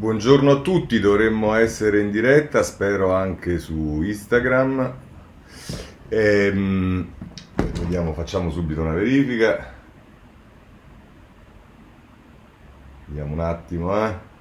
Buongiorno a tutti, dovremmo essere in diretta, spero anche su Instagram. Ehm, Vediamo, facciamo subito una verifica. Vediamo un attimo,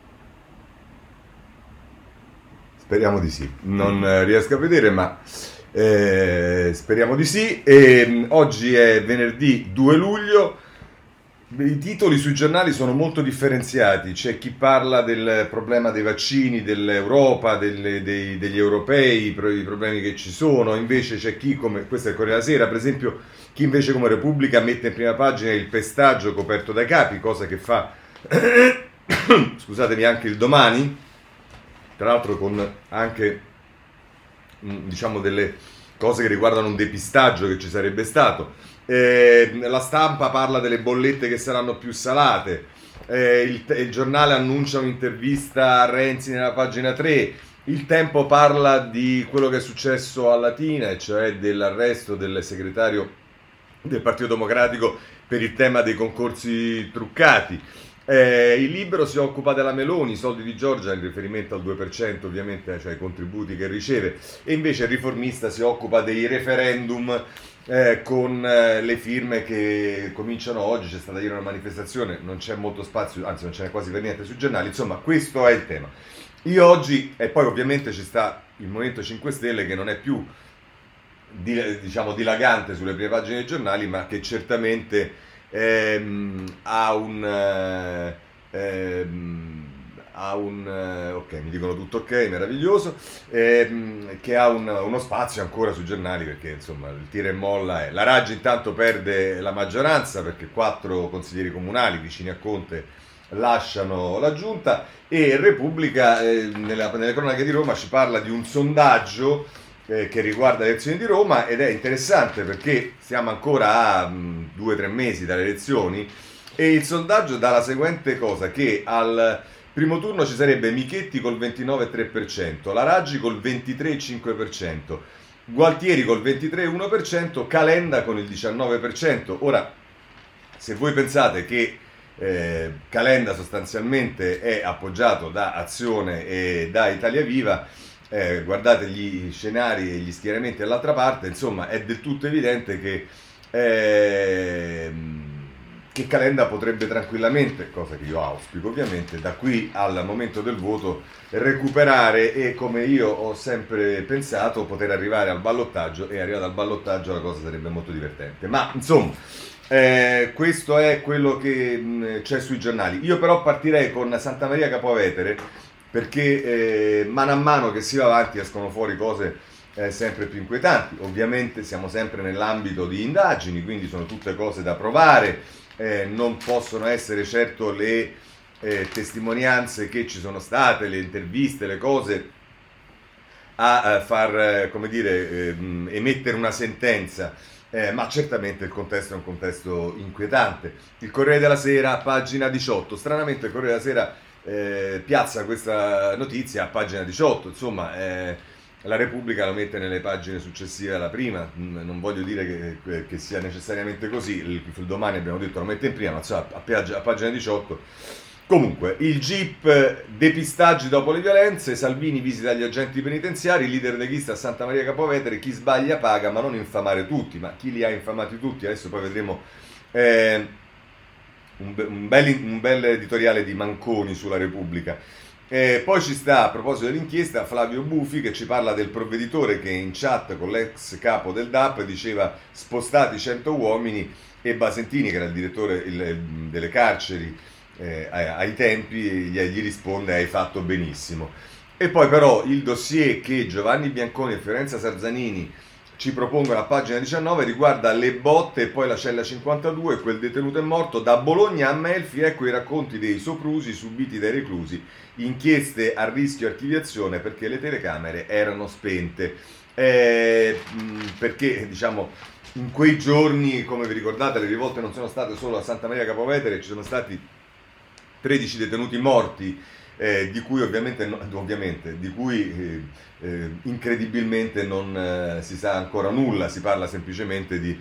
Speriamo di sì. Non riesco a vedere, ma speriamo di sì. Oggi è venerdì 2 luglio. I titoli sui giornali sono molto differenziati, c'è chi parla del problema dei vaccini, dell'Europa, degli europei, i problemi che ci sono, invece c'è chi, come questo è il Corriere della Sera, per esempio, chi invece come Repubblica mette in prima pagina il pestaggio coperto dai capi, cosa che fa, scusatemi, anche il Domani, tra l'altro con anche diciamo delle cose che riguardano un depistaggio che ci sarebbe stato. La stampa parla delle bollette che saranno più salate. Il giornale annuncia un'intervista a Renzi nella pagina 3. Il Tempo parla di quello che è successo a Latina, e cioè dell'arresto del segretario del Partito Democratico per il tema dei concorsi truccati. Il Libero si occupa della Meloni, i soldi di Giorgia, in riferimento al 2% ovviamente, cioè ai contributi che riceve, e invece il Riformista si occupa dei referendum con le firme che cominciano oggi. C'è stata ieri una manifestazione, non c'è molto spazio, anzi non ce n'è quasi per niente sui giornali, insomma questo è il tema. Io oggi, e poi ovviamente ci sta il Movimento 5 Stelle che non è più diciamo dilagante sulle prime pagine dei giornali, ma che certamente ha un ok, mi dicono tutto ok, meraviglioso, che ha uno spazio ancora sui giornali, perché insomma il tira e molla è. La Raggi intanto perde la maggioranza perché 4 consiglieri comunali vicini a Conte lasciano la giunta, e Repubblica nelle cronache di Roma ci parla di un sondaggio che riguarda le elezioni di Roma, ed è interessante perché siamo ancora a 2 o 3 mesi dalle elezioni, e il sondaggio dà la seguente cosa: che al primo turno ci sarebbe Michetti col 29,3%, la Raggi col 23,5%, Gualtieri col 23,1%, Calenda con il 19%. Ora, se voi pensate che Calenda sostanzialmente è appoggiato da Azione e da Italia Viva, guardate gli scenari e gli schieramenti dall'altra parte, insomma è del tutto evidente che Calenda potrebbe tranquillamente, cosa che io auspico ovviamente, da qui al momento del voto recuperare e, come io ho sempre pensato, poter arrivare al ballottaggio, e arrivato al ballottaggio la cosa sarebbe molto divertente. Ma insomma, questo è quello che c'è sui giornali. Io però partirei con Santa Maria Capua Vetere, perché mano a mano che si va avanti escono fuori cose sempre più inquietanti. Ovviamente siamo sempre nell'ambito di indagini, quindi sono tutte cose da provare, non possono essere certo le testimonianze che ci sono state, le interviste, le cose a far, come dire, emettere una sentenza. Ma certamente il contesto è un contesto inquietante. Il Corriere della Sera, pagina 18. Stranamente il Corriere della Sera piazza questa notizia a pagina 18, insomma la Repubblica lo mette nelle pagine successive alla prima. Non voglio dire che sia necessariamente così, il Domani abbiamo detto lo mette in prima, ma insomma a pagina 18. Comunque, il GIP, depistaggi dopo le violenze, Salvini visita gli agenti penitenziari, leader leghista a Santa Maria Capua Vetere, chi sbaglia paga, ma non infamare tutti. Ma chi li ha infamati tutti? Adesso poi vedremo un bel editoriale di Manconi sulla Repubblica. Poi ci sta, a proposito dell'inchiesta, Flavio Bufi che ci parla del provveditore che in chat con l'ex capo del DAP diceva spostati 100 uomini, e Basentini, che era il direttore delle carceri ai tempi, gli risponde hai fatto benissimo. E poi però il dossier che Giovanni Bianconi e Fiorenza Sarzanini ci propongono a pagina 19 riguarda le botte e poi la cella 52, quel detenuto è morto, da Bologna a Melfi, ecco i racconti dei soprusi subiti dai reclusi, inchieste a rischio archiviazione perché le telecamere erano spente. Perché diciamo in quei giorni, come vi ricordate, le rivolte non sono state solo a Santa Maria Capua Vetere, ci sono stati 13 detenuti morti di cui incredibilmente non si sa ancora nulla, si parla semplicemente di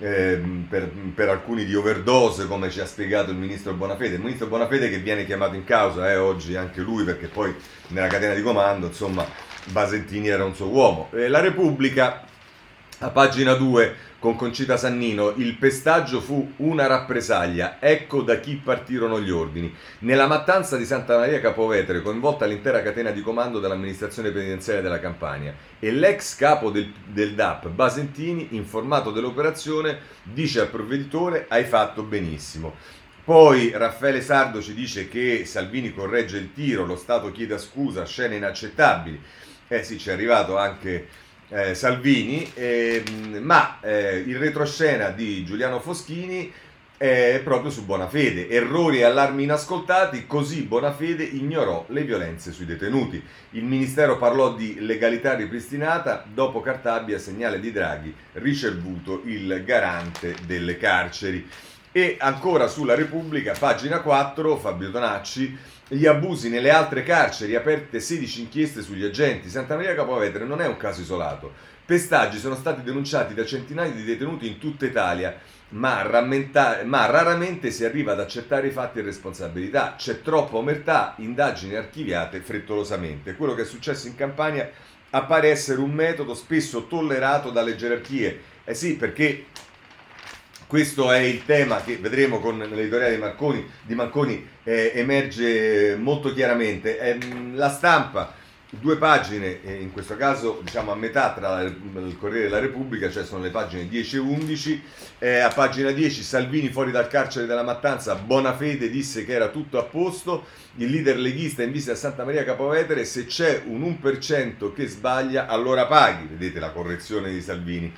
per alcuni di overdose, come ci ha spiegato il ministro Bonafede. Il ministro Bonafede che viene chiamato in causa oggi anche lui, perché poi nella catena di comando, insomma, Basentini era un suo uomo. La Repubblica, a pagina 2, con Concita Sannino: il pestaggio fu una rappresaglia, ecco da chi partirono gli ordini. Nella mattanza di Santa Maria Capua Vetere coinvolta l'intera catena di comando dell'amministrazione penitenziaria della Campania, e l'ex capo del DAP Basentini, informato dell'operazione, dice al provveditore: hai fatto benissimo. Poi Raffaele Sardo ci dice che Salvini corregge il tiro, lo Stato chiede scusa, scene inaccettabili. Sì, ci è arrivato anche Salvini, ma il retroscena di Giuliano Foschini è proprio su Bonafede: errori e allarmi inascoltati, così Bonafede ignorò le violenze sui detenuti. Il ministero parlò di legalità ripristinata, dopo Cartabia segnale di Draghi, ricevuto il garante delle carceri. E ancora sulla Repubblica, pagina 4, Fabio Tonacci: gli abusi nelle altre carceri, aperte 16 inchieste sugli agenti. Santa Maria Capua Vetere non è un caso isolato. Pestaggi sono stati denunciati da centinaia di detenuti in tutta Italia, ma raramente si arriva ad accertare i fatti e responsabilità. C'è troppa omertà, indagini archiviate frettolosamente. Quello che è successo in Campania appare essere un metodo spesso tollerato dalle gerarchie. Sì, perché questo è il tema che vedremo con l'editoriale di Manconi, emerge molto chiaramente. La Stampa, 2 pagine, in questo caso diciamo a metà tra il Corriere della Repubblica, cioè sono le pagine 10 e 11. A pagina 10, Salvini fuori dal carcere della Mattanza, Bonafede disse che era tutto a posto, il leader leghista in visita a Santa Maria Capua Vetere: se c'è un 1% che sbaglia allora paghi. Vedete la correzione di Salvini.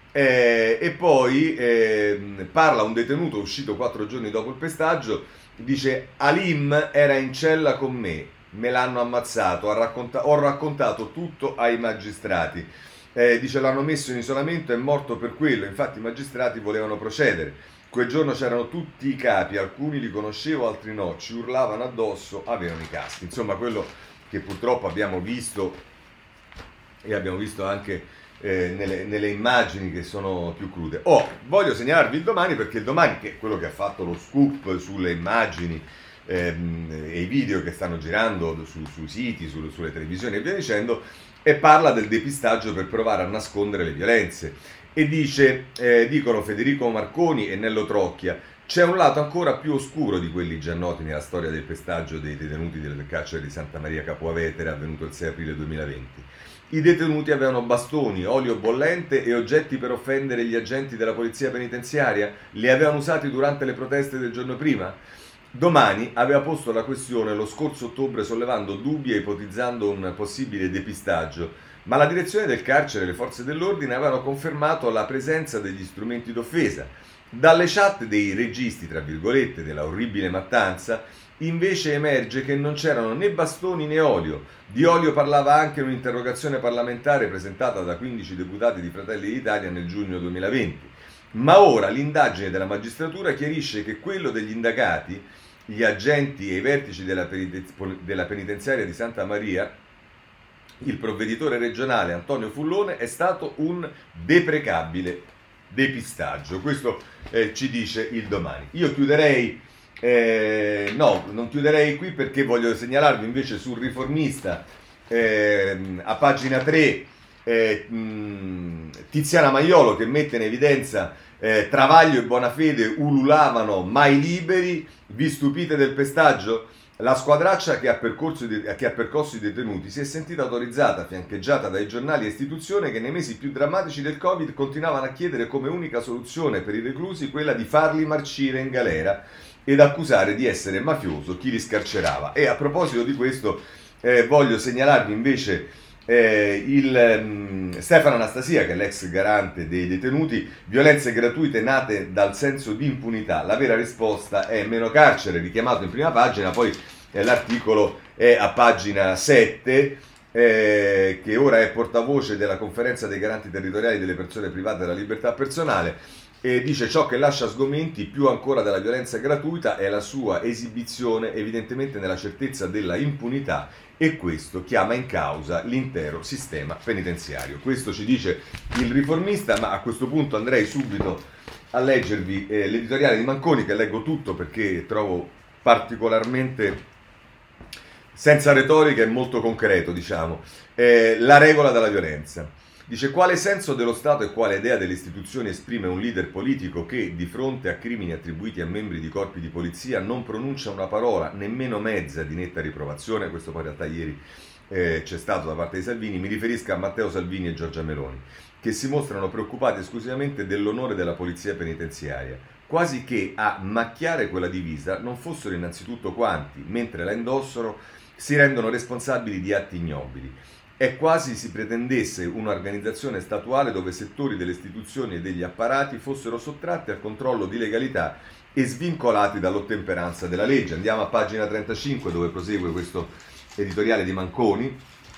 E poi parla un detenuto uscito 4 giorni dopo il pestaggio, dice: Alim era in cella con me l'hanno ammazzato, ho raccontato tutto ai magistrati. Dice: l'hanno messo in isolamento, è morto per quello, infatti i magistrati volevano procedere. Quel giorno c'erano tutti i capi, alcuni li conoscevo, altri no, ci urlavano addosso, avevano i caschi. Insomma, quello che purtroppo abbiamo visto, e abbiamo visto anche nelle immagini che sono più crude. Voglio segnalarvi il Domani, perché il Domani, che è quello che ha fatto lo scoop sulle immagini e i video che stanno girando sui siti, sulle televisioni e via dicendo, e parla del depistaggio per provare a nascondere le violenze. E dicono Federico Marconi e Nello Trocchia: c'è un lato ancora più oscuro di quelli già noti nella storia del pestaggio dei detenuti del carcere di Santa Maria Capua Vetere, avvenuto il 6 aprile 2020. I detenuti avevano bastoni, olio bollente e oggetti per offendere gli agenti della polizia penitenziaria? Li avevano usati durante le proteste del giorno prima? Domani aveva posto la questione lo scorso ottobre, sollevando dubbi e ipotizzando un possibile depistaggio, ma la direzione del carcere e le forze dell'ordine avevano confermato la presenza degli strumenti d'offesa. Dalle chat dei registi, tra virgolette, della orribile mattanza, invece emerge che non c'erano né bastoni né olio. Di olio parlava anche un'interrogazione parlamentare presentata da 15 deputati di Fratelli d'Italia nel giugno 2020. Ma ora l'indagine della magistratura chiarisce che quello degli indagati, gli agenti e i vertici della penitenziaria di Santa Maria, il provveditore regionale Antonio Fullone, è stato un deprecabile depistaggio. Questo ci dice il Domani. Io chiuderei, non chiuderei qui, perché voglio segnalarvi invece sul Riformista, a pagina 3, Tiziana Maiolo che mette in evidenza: Travaglio e Bonafede ululavano mai liberi, vi stupite del pestaggio? La squadraccia che ha percorso i detenuti si è sentita autorizzata, fiancheggiata dai giornali e istituzioni che nei mesi più drammatici del Covid continuavano a chiedere come unica soluzione per i reclusi quella di farli marcire in galera ed accusare di essere mafioso chi li scarcerava. E a proposito di questo voglio segnalarvi invece Stefano Anastasia, che è l'ex garante dei detenuti: violenze gratuite nate dal senso di impunità, la vera risposta è meno carcere, richiamato in prima pagina. Poi l'articolo è a pagina 7 che ora è portavoce della conferenza dei garanti territoriali delle persone private della libertà personale, e dice: ciò che lascia sgomenti più ancora della violenza gratuita è la sua esibizione evidentemente nella certezza della impunità, e questo chiama in causa l'intero sistema penitenziario. Questo ci dice il Riformista, ma a questo punto andrei subito a leggervi l'editoriale di Manconi, che leggo tutto perché trovo particolarmente senza retorica e molto concreto, diciamo. La regola della violenza. Dice: quale senso dello Stato e quale idea delle istituzioni esprime un leader politico che, di fronte a crimini attribuiti a membri di corpi di polizia, non pronuncia una parola, nemmeno mezza, di netta riprovazione? Questo poi in realtà ieri c'è stato da parte di Salvini. Mi riferisco a Matteo Salvini e Giorgia Meloni, che si mostrano preoccupati esclusivamente dell'onore della polizia penitenziaria, quasi che a macchiare quella divisa non fossero innanzitutto quanti, mentre la indossano, si rendono responsabili di atti ignobili. È quasi si pretendesse un'organizzazione statuale dove settori delle istituzioni e degli apparati fossero sottratti al controllo di legalità e svincolati dall'ottemperanza della legge. Andiamo a pagina 35, dove prosegue questo editoriale di Manconi,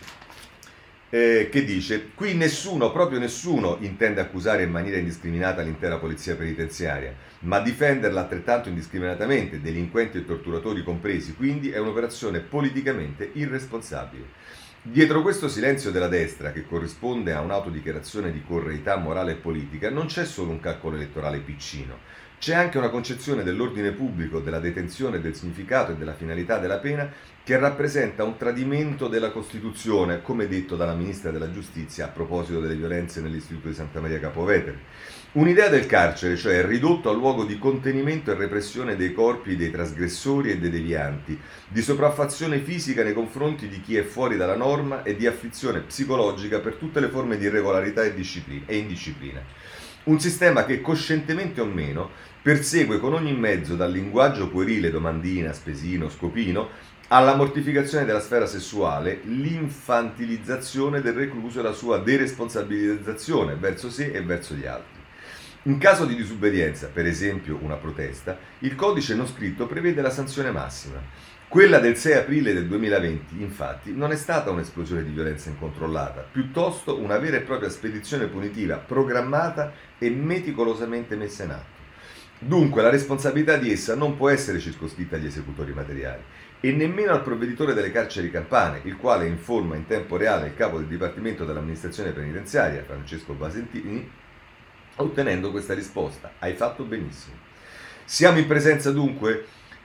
che dice: qui nessuno, proprio nessuno, intende accusare in maniera indiscriminata l'intera polizia penitenziaria, ma difenderla altrettanto indiscriminatamente, delinquenti e torturatori compresi, quindi è un'operazione politicamente irresponsabile. Dietro questo silenzio della destra, che corrisponde a un'autodichiarazione di correità morale e politica, non c'è solo un calcolo elettorale piccino, c'è anche una concezione dell'ordine pubblico, della detenzione, del significato e della finalità della pena che rappresenta un tradimento della Costituzione, come detto dalla Ministra della Giustizia a proposito delle violenze nell'Istituto di Santa Maria Capua Vetere. Un'idea del carcere, cioè ridotto a luogo di contenimento e repressione dei corpi dei trasgressori e dei devianti, di sopraffazione fisica nei confronti di chi è fuori dalla norma e di afflizione psicologica per tutte le forme di irregolarità e indisciplina. Un sistema che, coscientemente o meno, persegue con ogni mezzo, dal linguaggio puerile, domandina, spesino, scopino, alla mortificazione della sfera sessuale, l'infantilizzazione del recluso e la sua deresponsabilizzazione verso sé e verso gli altri. In caso di disobbedienza, per esempio una protesta, il codice non scritto prevede la sanzione massima. Quella del 6 aprile del 2020, infatti, non è stata un'esplosione di violenza incontrollata, piuttosto una vera e propria spedizione punitiva programmata e meticolosamente messa in atto. Dunque la responsabilità di essa non può essere circoscritta agli esecutori materiali e nemmeno al provveditore delle carceri campane, il quale informa in tempo reale il capo del Dipartimento dell'Amministrazione Penitenziaria, Francesco Basentini, ottenendo questa risposta: hai fatto benissimo. Siamo in presenza dunque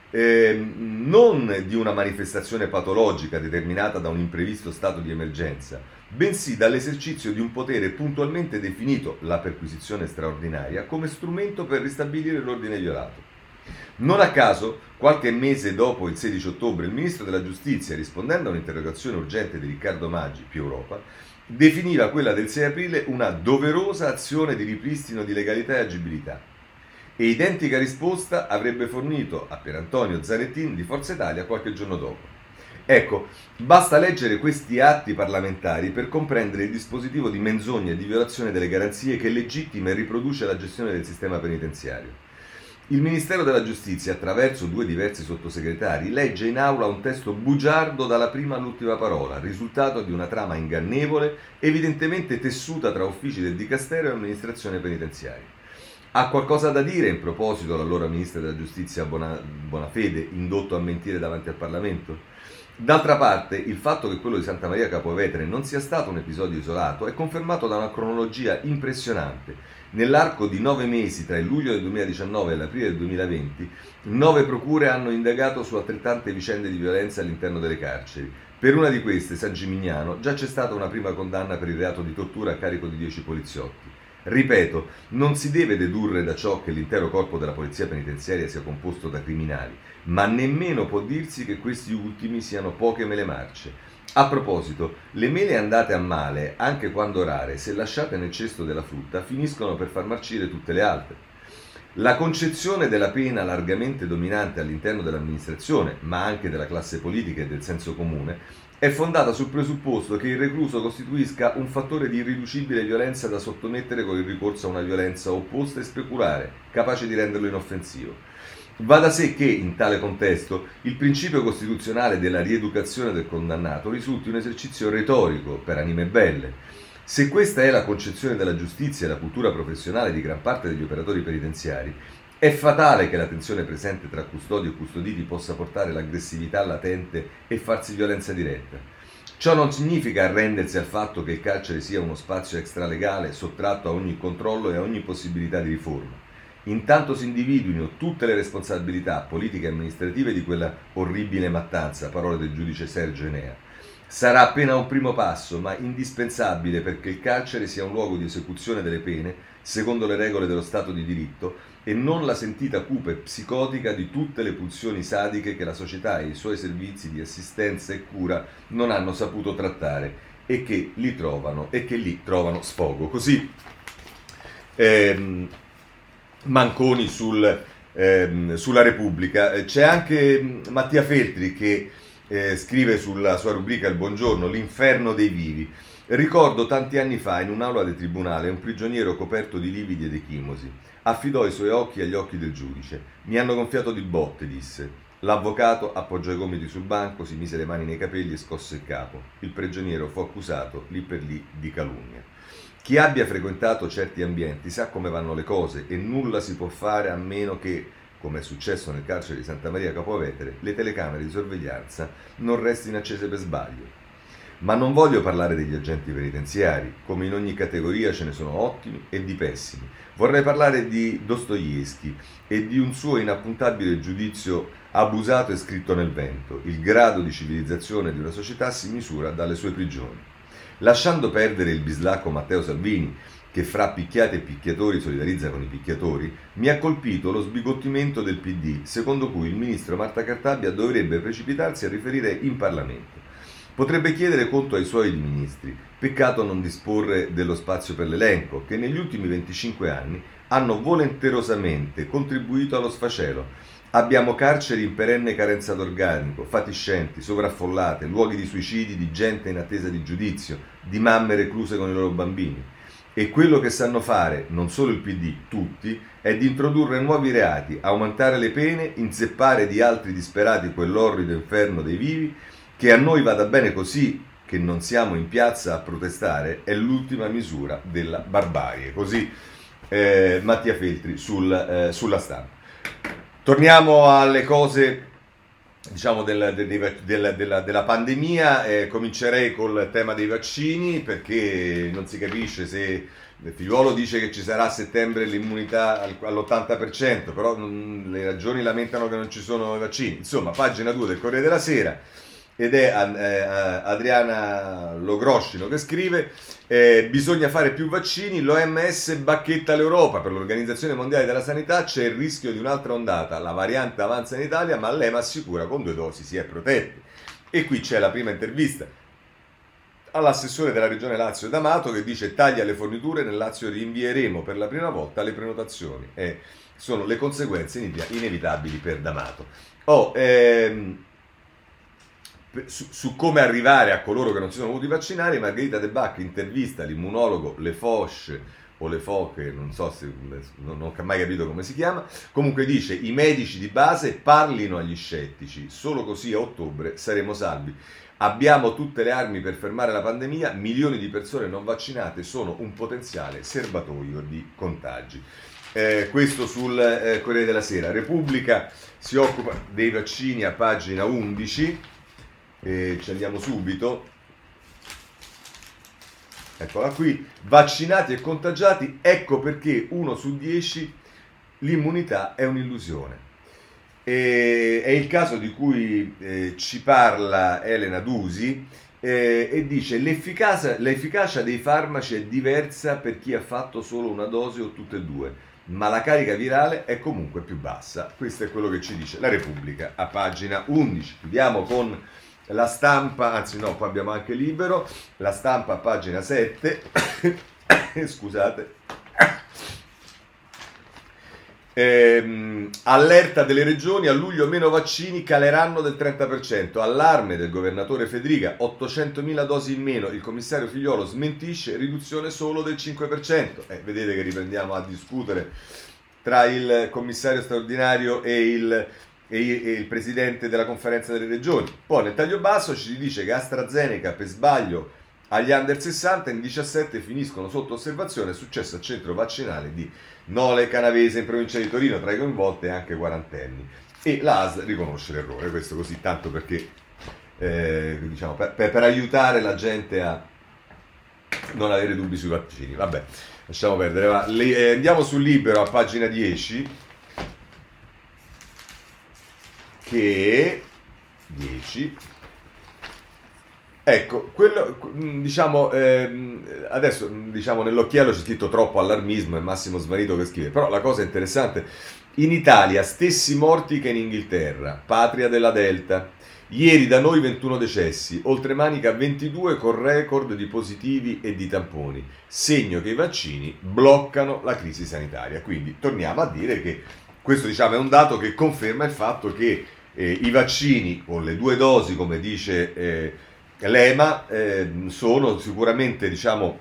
non di una manifestazione patologica determinata da un imprevisto stato di emergenza, bensì dall'esercizio di un potere puntualmente definito, la perquisizione straordinaria, come strumento per ristabilire l'ordine violato. Non a caso, qualche mese dopo il 16 ottobre, il Ministro della Giustizia, rispondendo a un'interrogazione urgente di Riccardo Maggi, Più Europa, definiva quella del 6 aprile una doverosa azione di ripristino di legalità e agibilità. E identica risposta avrebbe fornito a Pierantonio Zanettin di Forza Italia qualche giorno dopo. Ecco, basta leggere questi atti parlamentari per comprendere il dispositivo di menzogna e di violazione delle garanzie che legittima e riproduce la gestione del sistema penitenziario. Il Ministero della Giustizia, attraverso due diversi sottosegretari, legge in aula un testo bugiardo dalla prima all'ultima parola, risultato di una trama ingannevole, evidentemente tessuta tra uffici del Dicastero e amministrazione penitenziaria. Ha qualcosa da dire in proposito l'allora Ministro della Giustizia Bonafede, indotto a mentire davanti al Parlamento? D'altra parte, il fatto che quello di Santa Maria Capua Vetere non sia stato un episodio isolato è confermato da una cronologia impressionante. Nell'arco di 9 mesi, tra il luglio del 2019 e l'aprile del 2020, 9 procure hanno indagato su altrettante vicende di violenza all'interno delle carceri. Per una di queste, San Gimignano, già c'è stata una prima condanna per il reato di tortura a carico di 10 poliziotti. Ripeto, non si deve dedurre da ciò che l'intero corpo della polizia penitenziaria sia composto da criminali, ma nemmeno può dirsi che questi ultimi siano poche mele marce. A proposito, le mele andate a male, anche quando rare, se lasciate nel cesto della frutta, finiscono per far marcire tutte le altre. La concezione della pena largamente dominante all'interno dell'amministrazione, ma anche della classe politica e del senso comune, è fondata sul presupposto che il recluso costituisca un fattore di irriducibile violenza da sottomettere con il ricorso a una violenza opposta e speculare, capace di renderlo inoffensivo. Va da sé che, in tale contesto, il principio costituzionale della rieducazione del condannato risulti un esercizio retorico per anime belle. Se questa è la concezione della giustizia e la cultura professionale di gran parte degli operatori penitenziari, è fatale che la tensione presente tra custodi e custoditi possa portare l'aggressività latente e farsi violenza diretta. Ciò non significa arrendersi al fatto che il carcere sia uno spazio extralegale sottratto a ogni controllo e a ogni possibilità di riforma. Intanto si individuino tutte le responsabilità politiche e amministrative di quella orribile mattanza, parole del giudice Sergio Enea. Sarà appena un primo passo, ma indispensabile perché il carcere sia un luogo di esecuzione delle pene, secondo le regole dello Stato di diritto, e non la sentita cupe psicotica di tutte le pulsioni sadiche che la società e i suoi servizi di assistenza e cura non hanno saputo trattare e che lì trovano sfogo. Così Manconi sulla Repubblica. C'è anche Mattia Feltri che scrive sulla sua rubrica Il Buongiorno, l'inferno dei vivi. Ricordo tanti anni fa in un'aula del tribunale un prigioniero coperto di lividi ed echimosi. Affidò i suoi occhi agli occhi del giudice. Mi hanno gonfiato di botte, disse. L'avvocato appoggiò i gomiti sul banco, si mise le mani nei capelli e scosse il capo. Il prigioniero fu accusato lì per lì di calunnia. Chi abbia frequentato certi ambienti sa come vanno le cose e nulla si può fare a meno che, come è successo nel carcere di Santa Maria Capua Vetere, le telecamere di sorveglianza non restino accese per sbaglio. Ma non voglio parlare degli agenti penitenziari, come in ogni categoria ce ne sono ottimi e di pessimi. Vorrei parlare di Dostoevskij e di un suo inappuntabile giudizio abusato e scritto nel vento. Il grado di civilizzazione di una società si misura dalle sue prigioni. Lasciando perdere il bislacco Matteo Salvini, che fra picchiati e picchiatori solidarizza con i picchiatori, mi ha colpito lo sbigottimento del PD, secondo cui il ministro Marta Cartabia dovrebbe precipitarsi a riferire in Parlamento. Potrebbe chiedere conto ai suoi ministri, peccato non disporre dello spazio per l'elenco, che negli ultimi 25 anni hanno volenterosamente contribuito allo sfacelo. Abbiamo carceri in perenne carenza d'organico, fatiscenti, sovraffollate, luoghi di suicidi di gente in attesa di giudizio, di mamme recluse con i loro bambini. E quello che sanno fare, non solo il PD, tutti, è di introdurre nuovi reati, aumentare le pene, inzeppare di altri disperati quell'orrido inferno dei vivi. Che a noi vada bene così, che non siamo in piazza a protestare, è l'ultima misura della barbarie. Così Mattia Feltri sulla Stampa. Torniamo alle cose, diciamo, della pandemia. Comincerei col tema dei vaccini, perché non si capisce se Figliuolo dice che ci sarà a settembre l'immunità all'80%, però le ragioni lamentano che non ci sono i vaccini. Insomma, pagina 2 del Corriere della Sera. Ed è Adriana Logroscino che scrive: bisogna fare più vaccini, l'OMS bacchetta l'Europa, per l'Organizzazione Mondiale della Sanità c'è il rischio di un'altra ondata, la variante avanza in Italia ma l'EMA assicura con 2 dosi si è protetti. E qui c'è la prima intervista all'assessore della regione Lazio D'Amato che dice: taglia le forniture, nel Lazio rinvieremo per la prima volta le prenotazioni. Sono le conseguenze inevitabili per D'Amato. Su come arrivare a coloro che non si sono voluti vaccinare, Margherita De Bacchi intervista l'immunologo Le Foch o Le Foche, non so se non ho mai capito come si chiama, comunque dice: i medici di base parlino agli scettici, solo così a ottobre saremo salvi. Abbiamo tutte le armi per fermare la pandemia, milioni di persone non vaccinate sono un potenziale serbatoio di contagi. Questo sul Corriere della Sera. Repubblica si occupa dei vaccini a pagina 11. Ci andiamo subito, eccola qui: vaccinati e contagiati, ecco perché 1 su 10 l'immunità è un'illusione. È il caso di cui ci parla Elena Dusi e dice: l'efficacia dei farmaci è diversa per chi ha fatto solo una dose o tutte e due, ma la carica virale è comunque più bassa. Questo è quello che ci dice la Repubblica a pagina 11. Chiudiamo con La Stampa, anzi no, poi abbiamo anche Libero, La Stampa a pagina 7, scusate, allerta delle regioni, a luglio meno vaccini caleranno del 30%, allarme del governatore Fedriga, 800.000 dosi in meno, il commissario Figliuolo smentisce, riduzione solo del 5%, vedete che riprendiamo a discutere tra il commissario straordinario e il presidente della conferenza delle regioni. Poi nel taglio basso ci dice che AstraZeneca per sbaglio agli under 60 in 17 finiscono sotto osservazione, è successo al centro vaccinale di Nole Canavese in provincia di Torino, tra i coinvolti anche quarantenni. E la ASL riconosce l'errore, questo così tanto perché diciamo, per aiutare la gente a non avere dubbi sui vaccini. Vabbè, lasciamo perdere. Andiamo sul Libero a pagina 10, che 10. Ecco, quello, diciamo, adesso diciamo nell'occhiello c'è scritto troppo allarmismo, è Massimo Svanito che scrive, però la cosa interessante, in Italia stessi morti che in Inghilterra, patria della Delta, ieri da noi 21 decessi, oltre Manica 22 con record di positivi e di tamponi, segno che i vaccini bloccano la crisi sanitaria, quindi torniamo a dire che questo diciamo è un dato che conferma il fatto che i vaccini con le 2 dosi, come dice l'EMA, sono sicuramente diciamo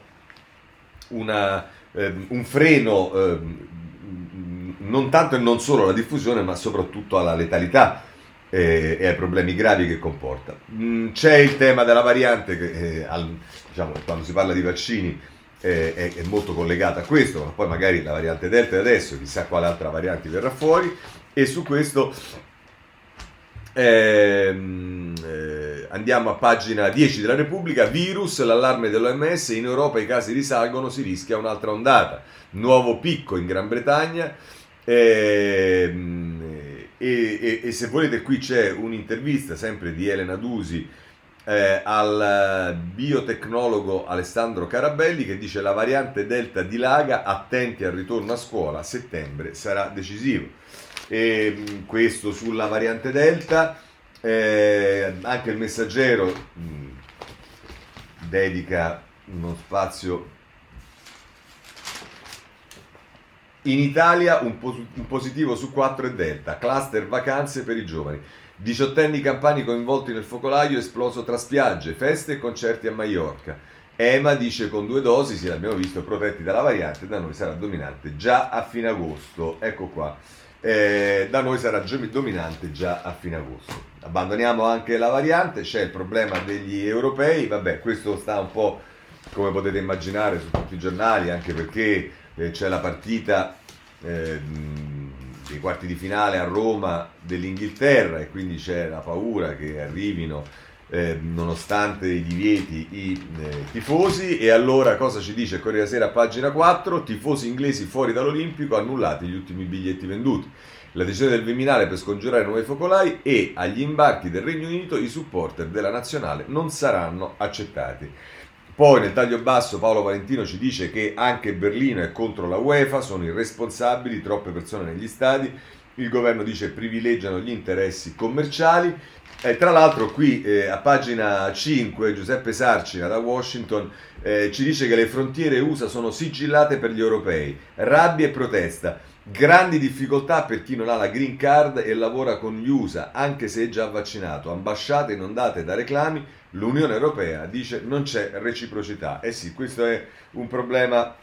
un freno non tanto e non solo alla diffusione ma soprattutto alla letalità e ai problemi gravi che comporta. C'è il tema della variante che diciamo, quando si parla di vaccini è molto collegata a questo, ma poi magari la variante Delta adesso chissà quale altra variante verrà fuori, e su questo andiamo a pagina 10 della Repubblica. Virus, l'allarme dell'OMS, in Europa i casi risalgono, si rischia un'altra ondata, nuovo picco in Gran Bretagna, e se volete qui c'è un'intervista sempre di Elena Dusi al biotecnologo Alessandro Carabelli, che dice: la variante Delta dilaga, attenti al ritorno a scuola, a settembre sarà decisivo. E questo sulla variante Delta. Anche il Messaggero dedica uno spazio. In Italia un positivo su 4 è Delta, cluster vacanze per i giovani, 18enni campani coinvolti nel focolaio esploso tra spiagge, feste e concerti a Maiorca. EMA dice con 2 dosi, sì l'abbiamo visto, protetti dalla variante, da noi sarà dominante già a fine agosto. Ecco qua. Da noi sarà dominante già a fine agosto. Abbandoniamo anche la variante, c'è il problema degli europei, vabbè, questo sta un po' come potete immaginare su tutti i giornali, anche perché c'è la partita dei quarti di finale a Roma dell'Inghilterra e quindi c'è la paura che arrivino nonostante i divieti i tifosi. E allora cosa ci dice Corriere della Sera a pagina 4? Tifosi inglesi fuori dall'Olimpico, annullati gli ultimi biglietti venduti, la decisione del Viminale per scongiurare nuovi focolai, e agli imbarchi del Regno Unito i supporter della nazionale non saranno accettati. Poi nel taglio basso Paolo Valentino ci dice che anche Berlino è contro la UEFA, sono irresponsabili, troppe persone negli stadi, il governo dice privilegiano gli interessi commerciali. Tra l'altro qui a pagina 5 Giuseppe Sarcina da Washington ci dice che le frontiere USA sono sigillate per gli europei, rabbia e protesta, grandi difficoltà per chi non ha la green card e lavora con gli USA anche se è già vaccinato, ambasciate inondate da reclami, l'Unione Europea dice non c'è reciprocità. Sì, questo è un problema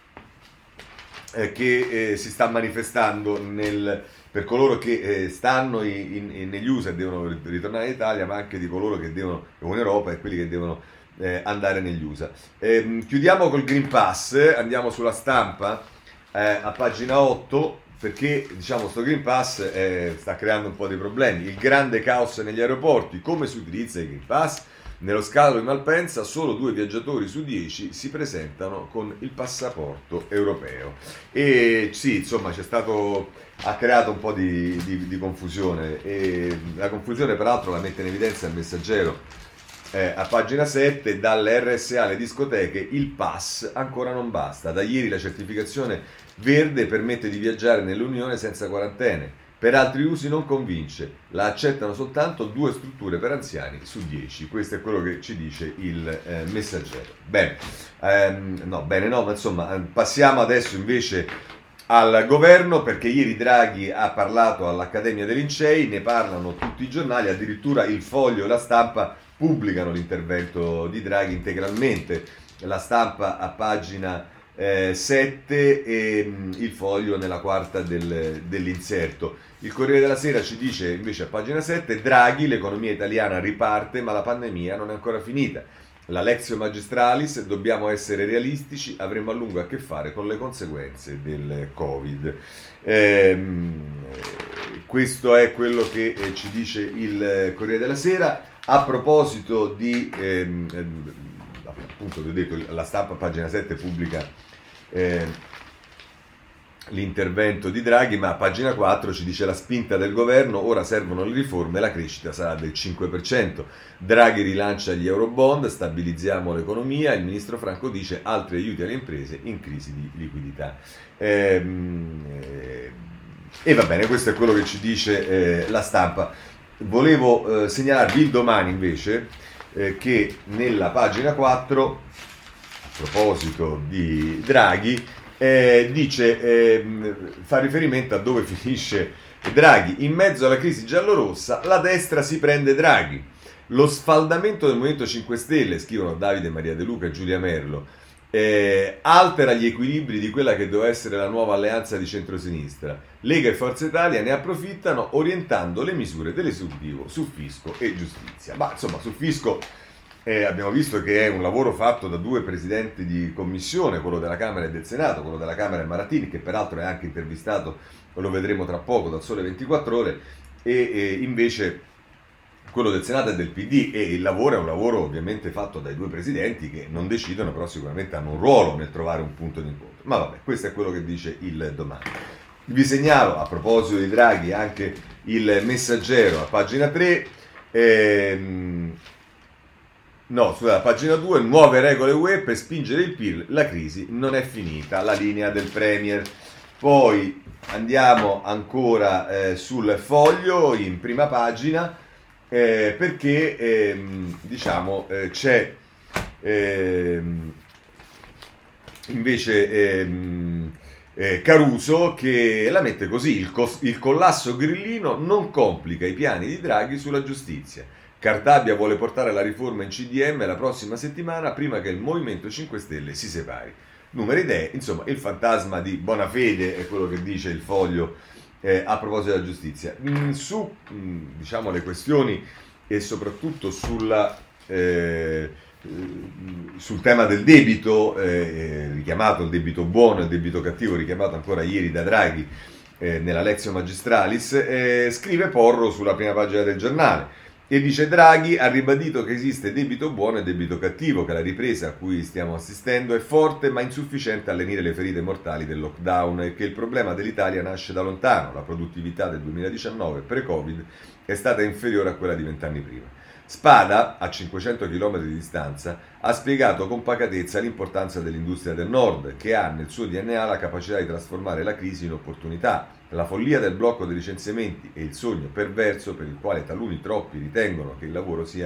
che si sta manifestando per coloro che stanno negli USA e devono ritornare in Italia, ma anche di coloro che devono in Europa e quelli che devono andare negli USA. Chiudiamo col Green Pass, andiamo sulla Stampa a pagina 8, perché diciamo sto Green Pass sta creando un po' di problemi. Il grande caos negli aeroporti, come si utilizza il Green Pass? Nello scalo di Malpensa solo 2 viaggiatori su 10 si presentano con il passaporto europeo. E sì, insomma, ha creato un po' di confusione, e la confusione peraltro la mette in evidenza il Messaggero a pagina 7. Dalle RSA alle discoteche il pass ancora non basta, da ieri la certificazione verde permette di viaggiare nell'Unione senza quarantene, per altri usi non convince, la accettano soltanto 2 strutture per anziani su 10. Questo è quello che ci dice il Messaggero. Bene, ma insomma passiamo adesso invece al governo, perché ieri Draghi ha parlato all'Accademia dei Lincei, ne parlano tutti i giornali, addirittura il Foglio e la Stampa pubblicano l'intervento di Draghi integralmente. La Stampa a pagina 7 e il Foglio nella quarta dell'inserto. Il Corriere della Sera ci dice invece a pagina 7: Draghi, l'economia italiana riparte ma la pandemia non è ancora finita. La Lectio Magistralis, dobbiamo essere realistici, avremo a lungo a che fare con le conseguenze del Covid. Questo è quello che ci dice il Corriere della Sera. A proposito di, appunto, vi ho detto, la Stampa, pagina 7, pubblica l'intervento di Draghi, ma a pagina 4 ci dice: la spinta del governo, ora servono le riforme, la crescita sarà del 5%. Draghi rilancia gli eurobond, stabilizziamo l'economia, il ministro Franco dice altri aiuti alle imprese in crisi di liquidità. E va bene, questo è quello che ci dice la Stampa. Volevo segnalarvi il Domani invece, che nella pagina 4, a proposito di Draghi, dice, fa riferimento a dove finisce Draghi. In mezzo alla crisi giallorossa la destra si prende Draghi. Lo sfaldamento del Movimento 5 Stelle, scrivono Davide Maria De Luca e Giulia Merlo, altera gli equilibri di quella che doveva essere la nuova alleanza di centrosinistra. Lega e Forza Italia ne approfittano orientando le misure dell'esecutivo su fisco e giustizia. Ma insomma, sul fisco abbiamo visto che è un lavoro fatto da due presidenti di commissione, quello della Camera e del Senato. Quello della Camera è Maratini, che peraltro è anche intervistato, lo vedremo tra poco, dal Sole 24 Ore, e invece quello del Senato è del PD, e il lavoro è un lavoro ovviamente fatto dai due presidenti che non decidono, però sicuramente hanno un ruolo nel trovare un punto di incontro. Ma vabbè, questo è quello che dice il Domani. Vi segnalo, a proposito di Draghi, anche il Messaggero a pagina 3, a pagina 2, nuove regole UE per spingere il PIL, la crisi non è finita, la linea del Premier. Poi andiamo ancora sul Foglio, in prima pagina, perché c'è invece Caruso che la mette così: il collasso grillino non complica i piani di Draghi sulla giustizia. Cartabia vuole portare la riforma in CDM la prossima settimana, prima che il Movimento 5 Stelle si separi. Numeri idee, insomma, il fantasma di Bonafede è quello che dice il Foglio a proposito della giustizia. Su le questioni e soprattutto sul tema del debito, richiamato il debito buono e il debito cattivo, richiamato ancora ieri da Draghi nella Lectio Magistralis, scrive Porro sulla prima pagina del Giornale. E dice: Draghi ha ribadito che esiste debito buono e debito cattivo, che la ripresa a cui stiamo assistendo è forte ma insufficiente a lenire le ferite mortali del lockdown e che il problema dell'Italia nasce da lontano. La produttività del 2019 pre-Covid è stata inferiore a quella di 20 anni prima. Spada, a 500 km di distanza, ha spiegato con pacatezza l'importanza dell'industria del Nord, che ha nel suo DNA la capacità di trasformare la crisi in opportunità. La follia del blocco dei licenziamenti e il sogno perverso per il quale taluni troppi ritengono che il lavoro si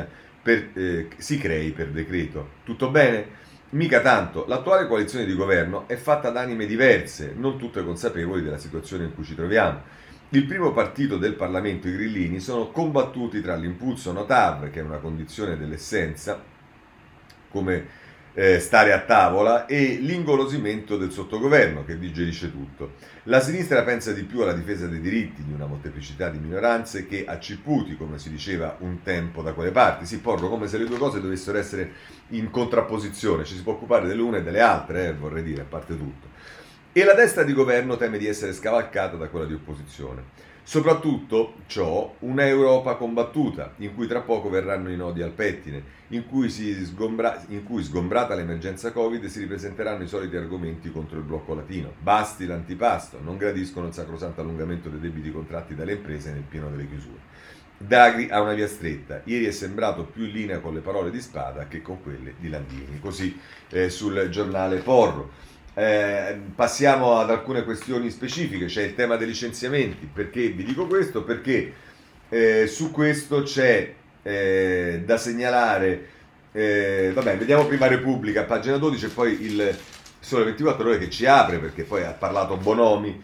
crei per decreto. Tutto bene? Mica tanto. L'attuale coalizione di governo è fatta da anime diverse, non tutte consapevoli della situazione in cui ci troviamo. Il primo partito del Parlamento, i grillini, sono combattuti tra l'impulso no-TAV, che è una condizione dell'essenza, come stare a tavola, e l'ingolosimento del sottogoverno, che digerisce tutto. La sinistra pensa di più alla difesa dei diritti di una molteplicità di minoranze che a ciputi, come si diceva un tempo da quelle parti. Si porro come se le due cose dovessero essere in contrapposizione, ci si può occupare delle une e delle altre, vorrei dire, a parte tutto. E la destra di governo teme di essere scavalcata da quella di opposizione. Soprattutto ciò una Europa combattuta, in cui tra poco verranno i nodi al pettine, in cui sgombrata l'emergenza Covid si ripresenteranno i soliti argomenti contro il blocco latino. Basti l'antipasto, non gradiscono il sacrosanto allungamento dei debiti contratti dalle imprese nel pieno delle chiusure. Draghi ha una via stretta, ieri è sembrato più in linea con le parole di Spada che con quelle di Landini, così sul giornale Porro. Passiamo ad alcune questioni specifiche. C'è il tema dei licenziamenti. Perché vi dico questo? Perché su questo c'è da segnalare, vediamo prima Repubblica, pagina 12, e poi il Sole 24 Ore che ci apre, perché poi ha parlato Bonomi.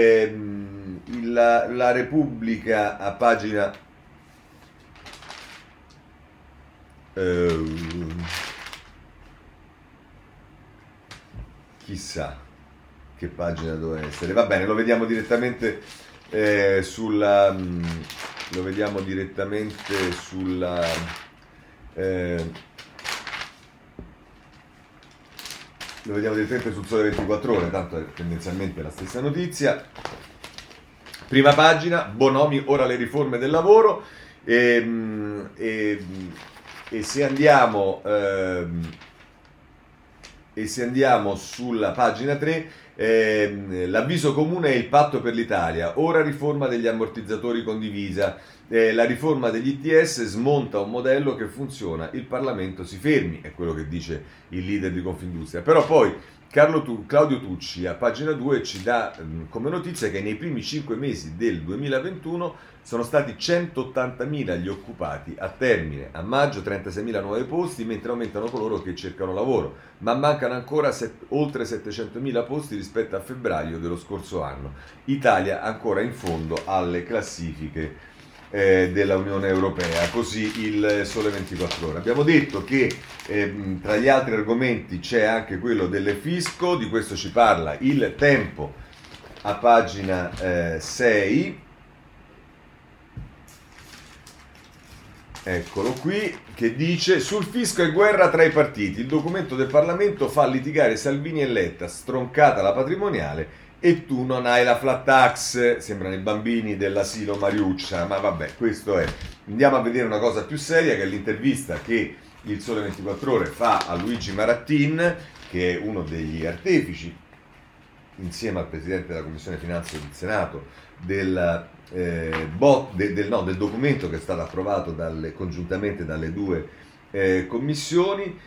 La Repubblica a pagina chissà che pagina doveva essere. Va bene, lo vediamo direttamente sulla lo vediamo direttamente sulla lo vediamo direttamente sul Sole 24 Ore, tanto è tendenzialmente la stessa notizia. Prima pagina, Bonomi, ora le riforme del lavoro. E se andiamo sulla pagina 3, l'avviso comune è il patto per l'Italia, ora riforma degli ammortizzatori condivisa, la riforma degli ITS smonta un modello che funziona, il Parlamento si fermi, è quello che dice il leader di Confindustria. Però poi Claudio Tucci a pagina 2 ci dà come notizia che nei primi 5 mesi del 2021 sono stati 180.000 gli occupati a termine, a maggio 36.000 nuovi posti, mentre aumentano coloro che cercano lavoro, ma mancano ancora oltre 700.000 posti rispetto a febbraio dello scorso anno. Italia ancora in fondo alle classifiche della Unione Europea, così il Sole 24 Ore. Abbiamo detto che tra gli altri argomenti c'è anche quello del fisco, di questo ci parla Il Tempo a pagina 6. Eccolo qui, che dice: sul fisco e guerra tra i partiti, il documento del Parlamento fa litigare Salvini e Letta, stroncata la patrimoniale e tu non hai la flat tax. Sembrano i bambini dell'asilo Mariuccia, ma vabbè, questo è. Andiamo a vedere una cosa più seria, che è l'intervista che il Sole 24 Ore fa a Luigi Marattin, che è uno degli artefici, insieme al Presidente della Commissione Finanze del Senato, del documento che è stato approvato congiuntamente dalle due commissioni.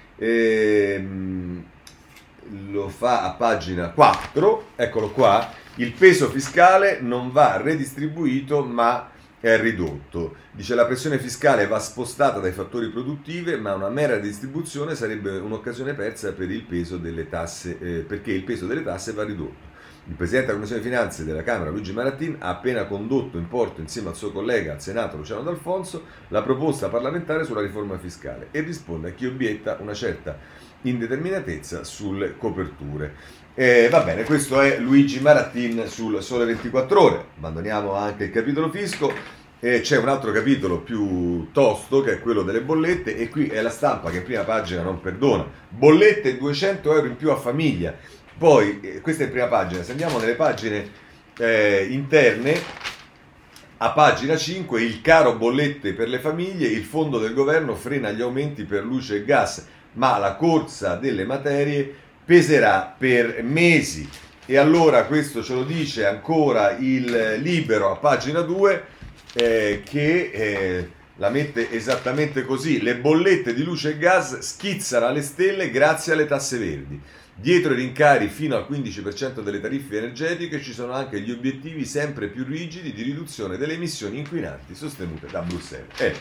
Lo fa a pagina 4, eccolo qua: il peso fiscale non va redistribuito ma è ridotto. Dice: la pressione fiscale va spostata dai fattori produttivi, ma una mera redistribuzione sarebbe un'occasione persa per il peso delle tasse, perché il peso delle tasse va ridotto. Il Presidente della Commissione Finanze della Camera, Luigi Marattin, ha appena condotto in porto, insieme al suo collega al Senato, Luciano D'Alfonso, la proposta parlamentare sulla riforma fiscale e risponde a chi obietta una certa indeterminatezza sulle coperture. Va bene, questo è Luigi Marattin sul Sole 24 Ore. Abbandoniamo anche il capitolo fisco. C'è un altro capitolo più tosto, che è quello delle bollette, e qui è La Stampa che in prima pagina non perdona. Bollette 200 euro in più a famiglia. Poi, questa è in prima pagina. Se andiamo nelle pagine interne, a pagina 5, il caro bollette per le famiglie, il fondo del governo frena gli aumenti per luce e gas, ma la corsa delle materie peserà per mesi. E allora questo ce lo dice ancora il Libero a pagina 2, che la mette esattamente così: le bollette di luce e gas schizzano alle stelle grazie alle tasse verdi. Dietro i rincari fino al 15% delle tariffe energetiche ci sono anche gli obiettivi sempre più rigidi di riduzione delle emissioni inquinanti sostenute da Bruxelles.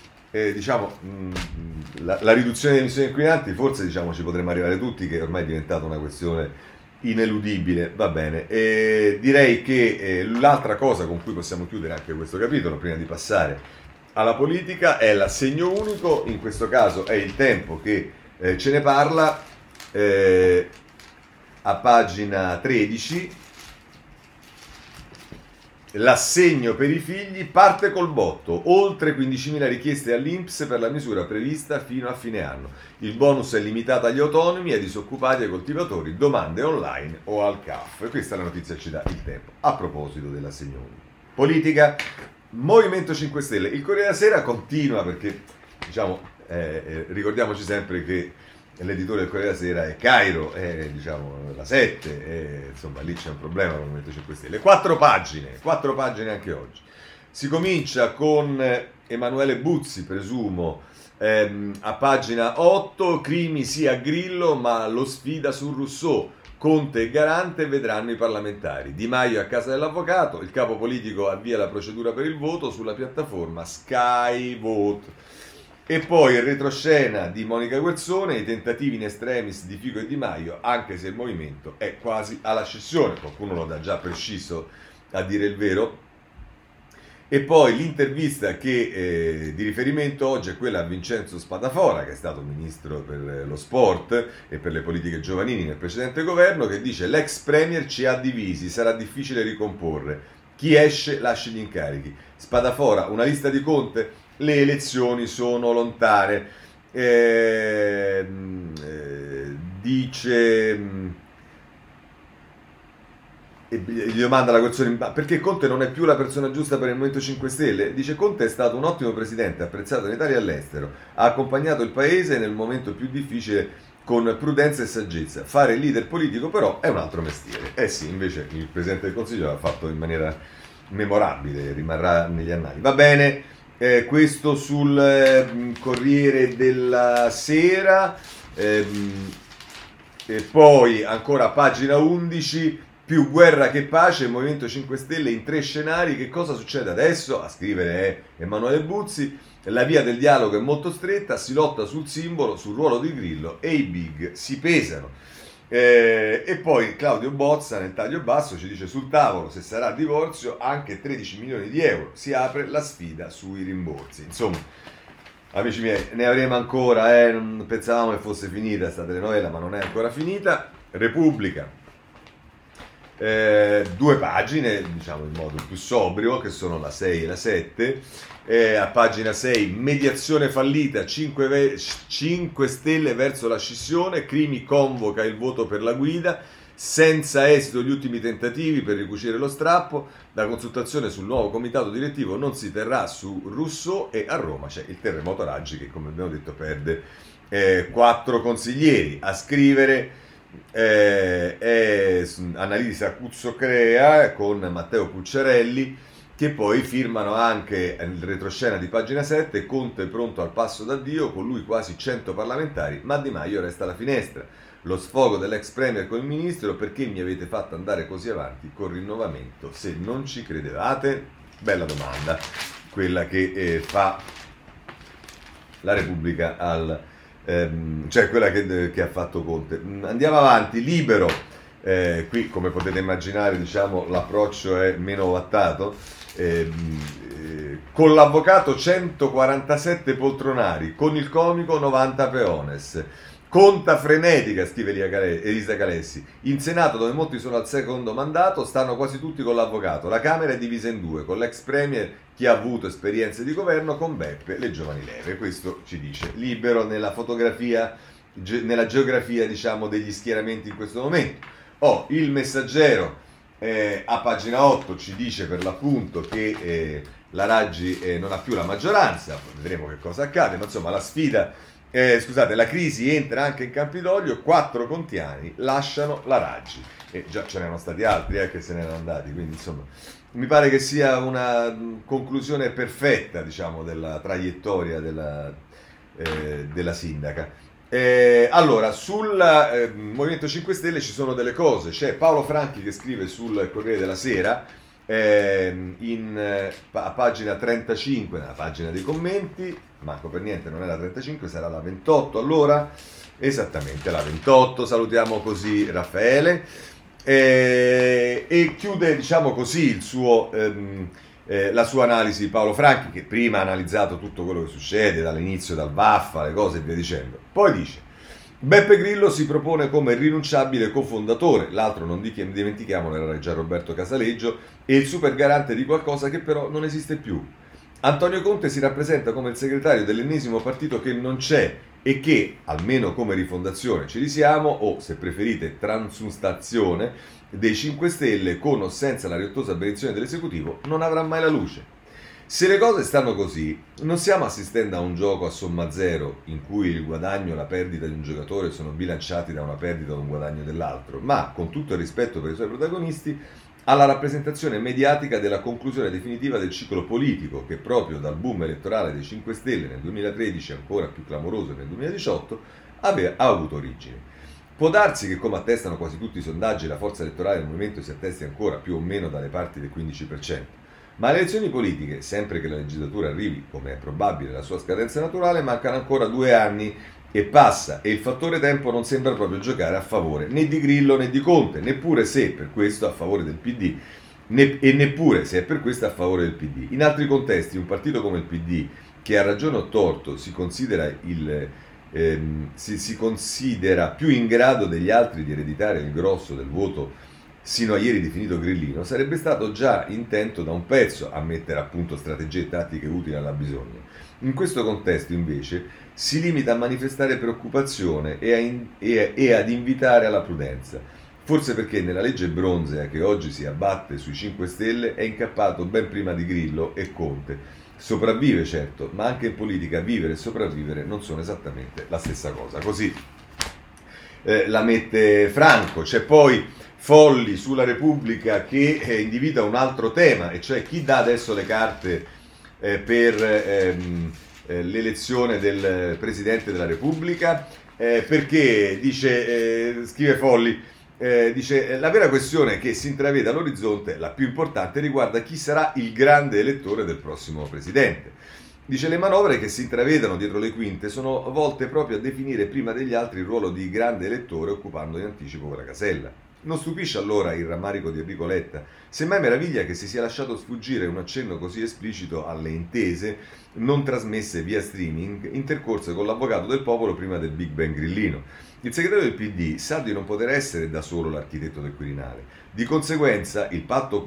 La riduzione delle emissioni inquinanti forse ci potremmo arrivare tutti, che ormai è diventata una questione ineludibile. Va bene, direi che l'altra cosa con cui possiamo chiudere anche questo capitolo prima di passare alla politica è l'assegno unico. In questo caso è Il Tempo che ce ne parla a pagina 13. L'assegno per i figli parte col botto, oltre 15.000 richieste all'INPS per la misura prevista fino a fine anno. Il bonus è limitato agli autonomi, ai disoccupati e ai coltivatori, domande online o al CAF. E questa è la notizia che ci dà Il Tempo a proposito dell'assegno unico. Politica, Movimento 5 Stelle. Il Corriere della Sera continua, perché ricordiamoci sempre che l'editore del Corriere della Sera è Cairo, la 7, insomma lì c'è un problema con il Movimento 5 Stelle. 4 pagine anche oggi. Si comincia con Emanuele Buzzi, presumo, a pagina 8, Crimi sì a Grillo, ma lo sfida su Rousseau. Conte e Garante vedranno i parlamentari. Di Maio a casa dell'avvocato, il capo politico avvia la procedura per il voto sulla piattaforma Sky Vote. E poi il retroscena di Monica Guerzone, i tentativi in extremis di Fico e Di Maio, anche se il movimento è quasi alla scissione. Qualcuno lo dà già per scisso, a dire il vero. E poi l'intervista che di riferimento oggi è quella a Vincenzo Spadafora, che è stato ministro per lo sport e per le politiche giovanili nel precedente governo, che dice: l'ex premier ci ha divisi, sarà difficile ricomporre. Chi esce lascia gli incarichi. Spadafora, una lista di Conte? Le elezioni sono lontane. Dice... E gli domanda la questione, perché Conte non è più la persona giusta per il Movimento 5 Stelle? Dice: Conte è stato un ottimo presidente, apprezzato in Italia e all'estero, ha accompagnato il paese nel momento più difficile con prudenza e saggezza. Fare il leader politico però è un altro mestiere. Eh sì, invece il Presidente del Consiglio l'ha fatto in maniera memorabile, rimarrà negli annali. Va bene, questo sul Corriere della Sera, e poi ancora a pagina 11... Più guerra che pace, il Movimento 5 Stelle in 3 scenari. Che cosa succede adesso? A scrivere è Emanuele Buzzi. La via del dialogo è molto stretta, si lotta sul simbolo, sul ruolo di Grillo e i big si pesano. E poi Claudio Bozza nel taglio basso ci dice: sul tavolo, se sarà divorzio, anche 13 milioni di euro. Si apre la sfida sui rimborsi. Insomma, amici miei, ne avremo ancora. Pensavamo che fosse finita questa telenovela, ma non è ancora finita. Repubblica. 2 pagine, diciamo in modo più sobrio, che sono la 6 e la 7. A pagina 6, mediazione fallita, 5 Stelle verso la scissione, Crimi convoca il voto per la guida, senza esito gli ultimi tentativi per ricucire lo strappo, la consultazione sul nuovo comitato direttivo non si terrà su Rousseau e a Roma c'è il terremoto Raggi che, come abbiamo detto, perde 4 consiglieri. A scrivere Annalisa Cuzzocrea con Matteo Pucciarelli, che poi firmano anche il retroscena di pagina 7. Conte pronto al passo d'addio, con lui quasi 100 parlamentari, ma Di Maio resta alla finestra. Lo sfogo dell'ex premier con il ministro: perché mi avete fatto andare così avanti col rinnovamento se non ci credevate? Bella domanda quella che fa la Repubblica al cioè quella che ha fatto Conte. Andiamo avanti. Libero, qui come potete immaginare, diciamo, l'approccio è meno ovattato. Con l'avvocato 147 poltronari, con il comico 90 peones. Conta frenetica, scrive Elisa Calessi. In Senato, dove molti sono al secondo mandato, stanno quasi tutti con l'avvocato. La Camera è divisa in 2, con l'ex premier, chi ha avuto esperienze di governo, con Beppe, le giovani leve. Questo ci dice Libero nella fotografia, nella geografia, diciamo, degli schieramenti in questo momento. Il Messaggero a pagina 8 ci dice per l'appunto che la Raggi non ha più la maggioranza, vedremo che cosa accade, ma insomma la sfida... la crisi entra anche in Campidoglio, 4 contiani lasciano la Raggi, e già ce n'erano stati altri che se n'erano andati, quindi insomma mi pare che sia una conclusione perfetta, diciamo, della traiettoria della sindaca. Allora, sul Movimento 5 Stelle ci sono delle cose. C'è Paolo Franchi che scrive sul Corriere della Sera, a pagina 35, nella pagina dei commenti, manco per niente non è la 35, sarà la 28, allora, esattamente la 28, salutiamo così Raffaele, e chiude, diciamo così, il suo... la sua analisi Paolo Franchi, che prima ha analizzato tutto quello che succede dall'inizio, dal Vaffa, le cose e via dicendo. Poi dice: Beppe Grillo si propone come irrinunciabile cofondatore, l'altro, non dimentichiamolo, era già Roberto Casaleggio, e il super garante di qualcosa che però non esiste più. Antonio Conte si rappresenta come il segretario dell'ennesimo partito che non c'è e che, almeno come rifondazione ci risiamo, o se preferite transustazione, dei 5 Stelle, con o senza la riottosa benedizione dell'esecutivo, non avrà mai la luce. Se le cose stanno così, non stiamo assistendo a un gioco a somma zero, in cui il guadagno e la perdita di un giocatore sono bilanciati da una perdita o un guadagno dell'altro, ma, con tutto il rispetto per i suoi protagonisti, alla rappresentazione mediatica della conclusione definitiva del ciclo politico, che proprio dal boom elettorale dei 5 Stelle nel 2013, ancora più clamoroso nel 2018, ha avuto origine. Può darsi che, come attestano quasi tutti i sondaggi, la forza elettorale del movimento si attesti ancora più o meno dalle parti del 15%, ma alle elezioni politiche, sempre che la legislatura arrivi, come è probabile, alla sua scadenza naturale, mancano ancora 2 anni e passa, e il fattore tempo non sembra proprio giocare a favore né di Grillo né di Conte, neppure se, per questo, a favore del PD, e neppure se è per questo a favore del PD. In altri contesti un partito come il PD, che a ragione o torto si considera si considera più in grado degli altri di ereditare il grosso del voto sino a ieri definito grillino, sarebbe stato già intento da un pezzo a mettere a punto strategie e tattiche utili alla bisogna. In questo contesto, invece, si limita a manifestare preoccupazione e ad invitare alla prudenza, forse perché nella legge bronzea che oggi si abbatte sui 5 Stelle è incappato ben prima di Grillo e Conte. Sopravvive, certo, ma anche in politica vivere e sopravvivere non sono esattamente la stessa cosa. Così la mette Franco. C'è poi Folli sulla Repubblica che individua un altro tema, e cioè chi dà adesso le carte per l'elezione del Presidente della Repubblica, perché dice, scrive Folli, dice la vera questione che si intravede all'orizzonte, la più importante, riguarda chi sarà il grande elettore del prossimo Presidente. Dice le manovre che si intravedono dietro le quinte sono volte proprio a definire prima degli altri il ruolo di grande elettore, occupando in anticipo quella casella. Non stupisce allora il rammarico di Enrico Letta, semmai meraviglia che si sia lasciato sfuggire un accenno così esplicito alle intese non trasmesse via streaming intercorse con l'avvocato del popolo prima del Big Bang grillino. Il segretario del PD sa di non poter essere da solo l'architetto del Quirinale. Di conseguenza il patto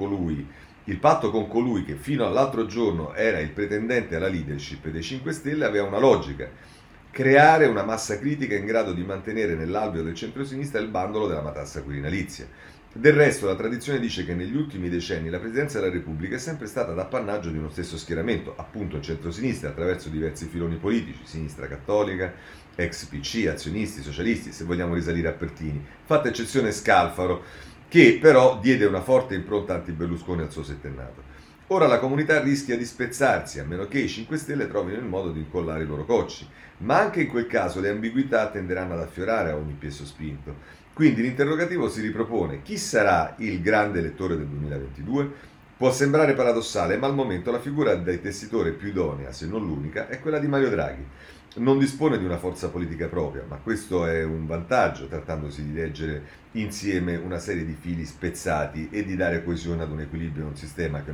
con colui che fino all'altro giorno era il pretendente alla leadership dei 5 Stelle aveva una logica: creare una massa critica in grado di mantenere nell'alveo del centro-sinistra il bandolo della matassa quirinalizia. Del resto la tradizione dice che negli ultimi decenni la Presidenza della Repubblica è sempre stata d'appannaggio di uno stesso schieramento, appunto il centro-sinistra, attraverso diversi filoni politici, sinistra cattolica, ex PC, azionisti, socialisti, se vogliamo risalire a Pertini, fatta eccezione Scalfaro, che però diede una forte impronta anti-Berlusconi al suo settennato. Ora la comunità rischia di spezzarsi, a meno che i 5 Stelle trovino il modo di incollare i loro cocci, ma anche in quel caso le ambiguità tenderanno ad affiorare a ogni piè sospinto. Quindi l'interrogativo si ripropone: chi sarà il grande elettore del 2022? Può sembrare paradossale, ma al momento la figura del tessitore più idonea, se non l'unica, è quella di Mario Draghi. Non dispone di una forza politica propria, ma questo è un vantaggio, trattandosi di leggere insieme una serie di fili spezzati e di dare coesione ad un equilibrio in un sistema che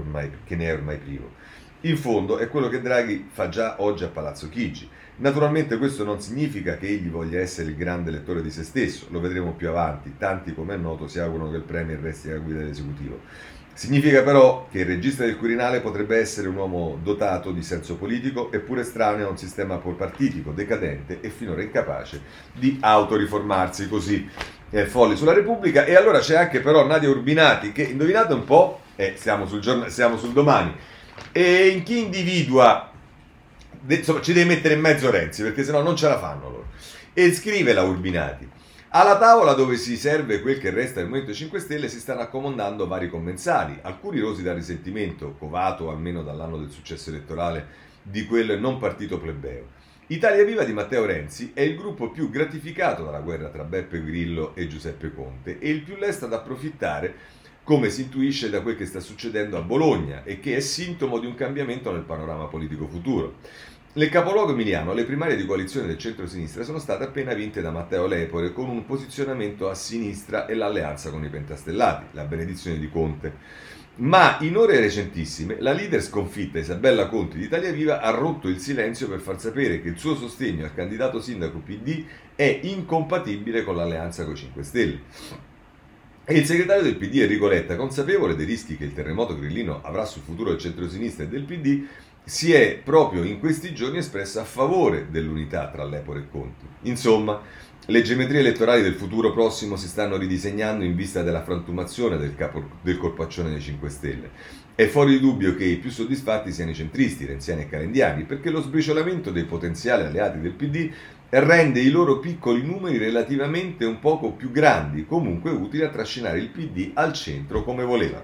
ne è ormai privo. In fondo è quello che Draghi fa già oggi a Palazzo Chigi. Naturalmente questo non significa che egli voglia essere il grande lettore di se stesso, lo vedremo più avanti, tanti come è noto si augurano che il Premier resti alla guida dell'esecutivo. Significa però che il regista del Quirinale potrebbe essere un uomo dotato di senso politico eppure estraneo a un sistema partitico decadente e finora incapace di autoriformarsi. Così Folli sulla Repubblica. E allora c'è anche però Nadia Urbinati che, indovinate un po', siamo sul Domani, e in chi individua, insomma ci deve mettere in mezzo Renzi perché sennò non ce la fanno loro, e scrive la Urbinati: alla tavola dove si serve quel che resta del Movimento 5 Stelle si stanno accomandando vari commensali, alcuni rosi dal risentimento, covato almeno dall'anno del successo elettorale di quel non partito plebeo. Italia Viva di Matteo Renzi è il gruppo più gratificato dalla guerra tra Beppe Grillo e Giuseppe Conte e il più lesto ad approfittare, come si intuisce da quel che sta succedendo a Bologna e che è sintomo di un cambiamento nel panorama politico futuro. Nel capoluogo emiliano le primarie di coalizione del centro-sinistra sono state appena vinte da Matteo Lepore con un posizionamento a sinistra e l'alleanza con i pentastellati, la benedizione di Conte. Ma in ore recentissime la leader sconfitta Isabella Conti di Italia Viva ha rotto il silenzio per far sapere che il suo sostegno al candidato sindaco PD è incompatibile con l'alleanza con i 5 Stelle. E il segretario del PD Enrico Letta, consapevole dei rischi che il terremoto grillino avrà sul futuro del centro-sinistra e del PD, si è proprio in questi giorni espresso a favore dell'unità tra Lepore e Conti. Insomma, le geometrie elettorali del futuro prossimo si stanno ridisegnando in vista della frantumazione del corpaccione dei 5 Stelle. È fuori di dubbio che i più soddisfatti siano i centristi, renziani e calendiani, perché lo sbriciolamento dei potenziali alleati del PD rende i loro piccoli numeri relativamente un poco più grandi, comunque utili a trascinare il PD al centro come volevano.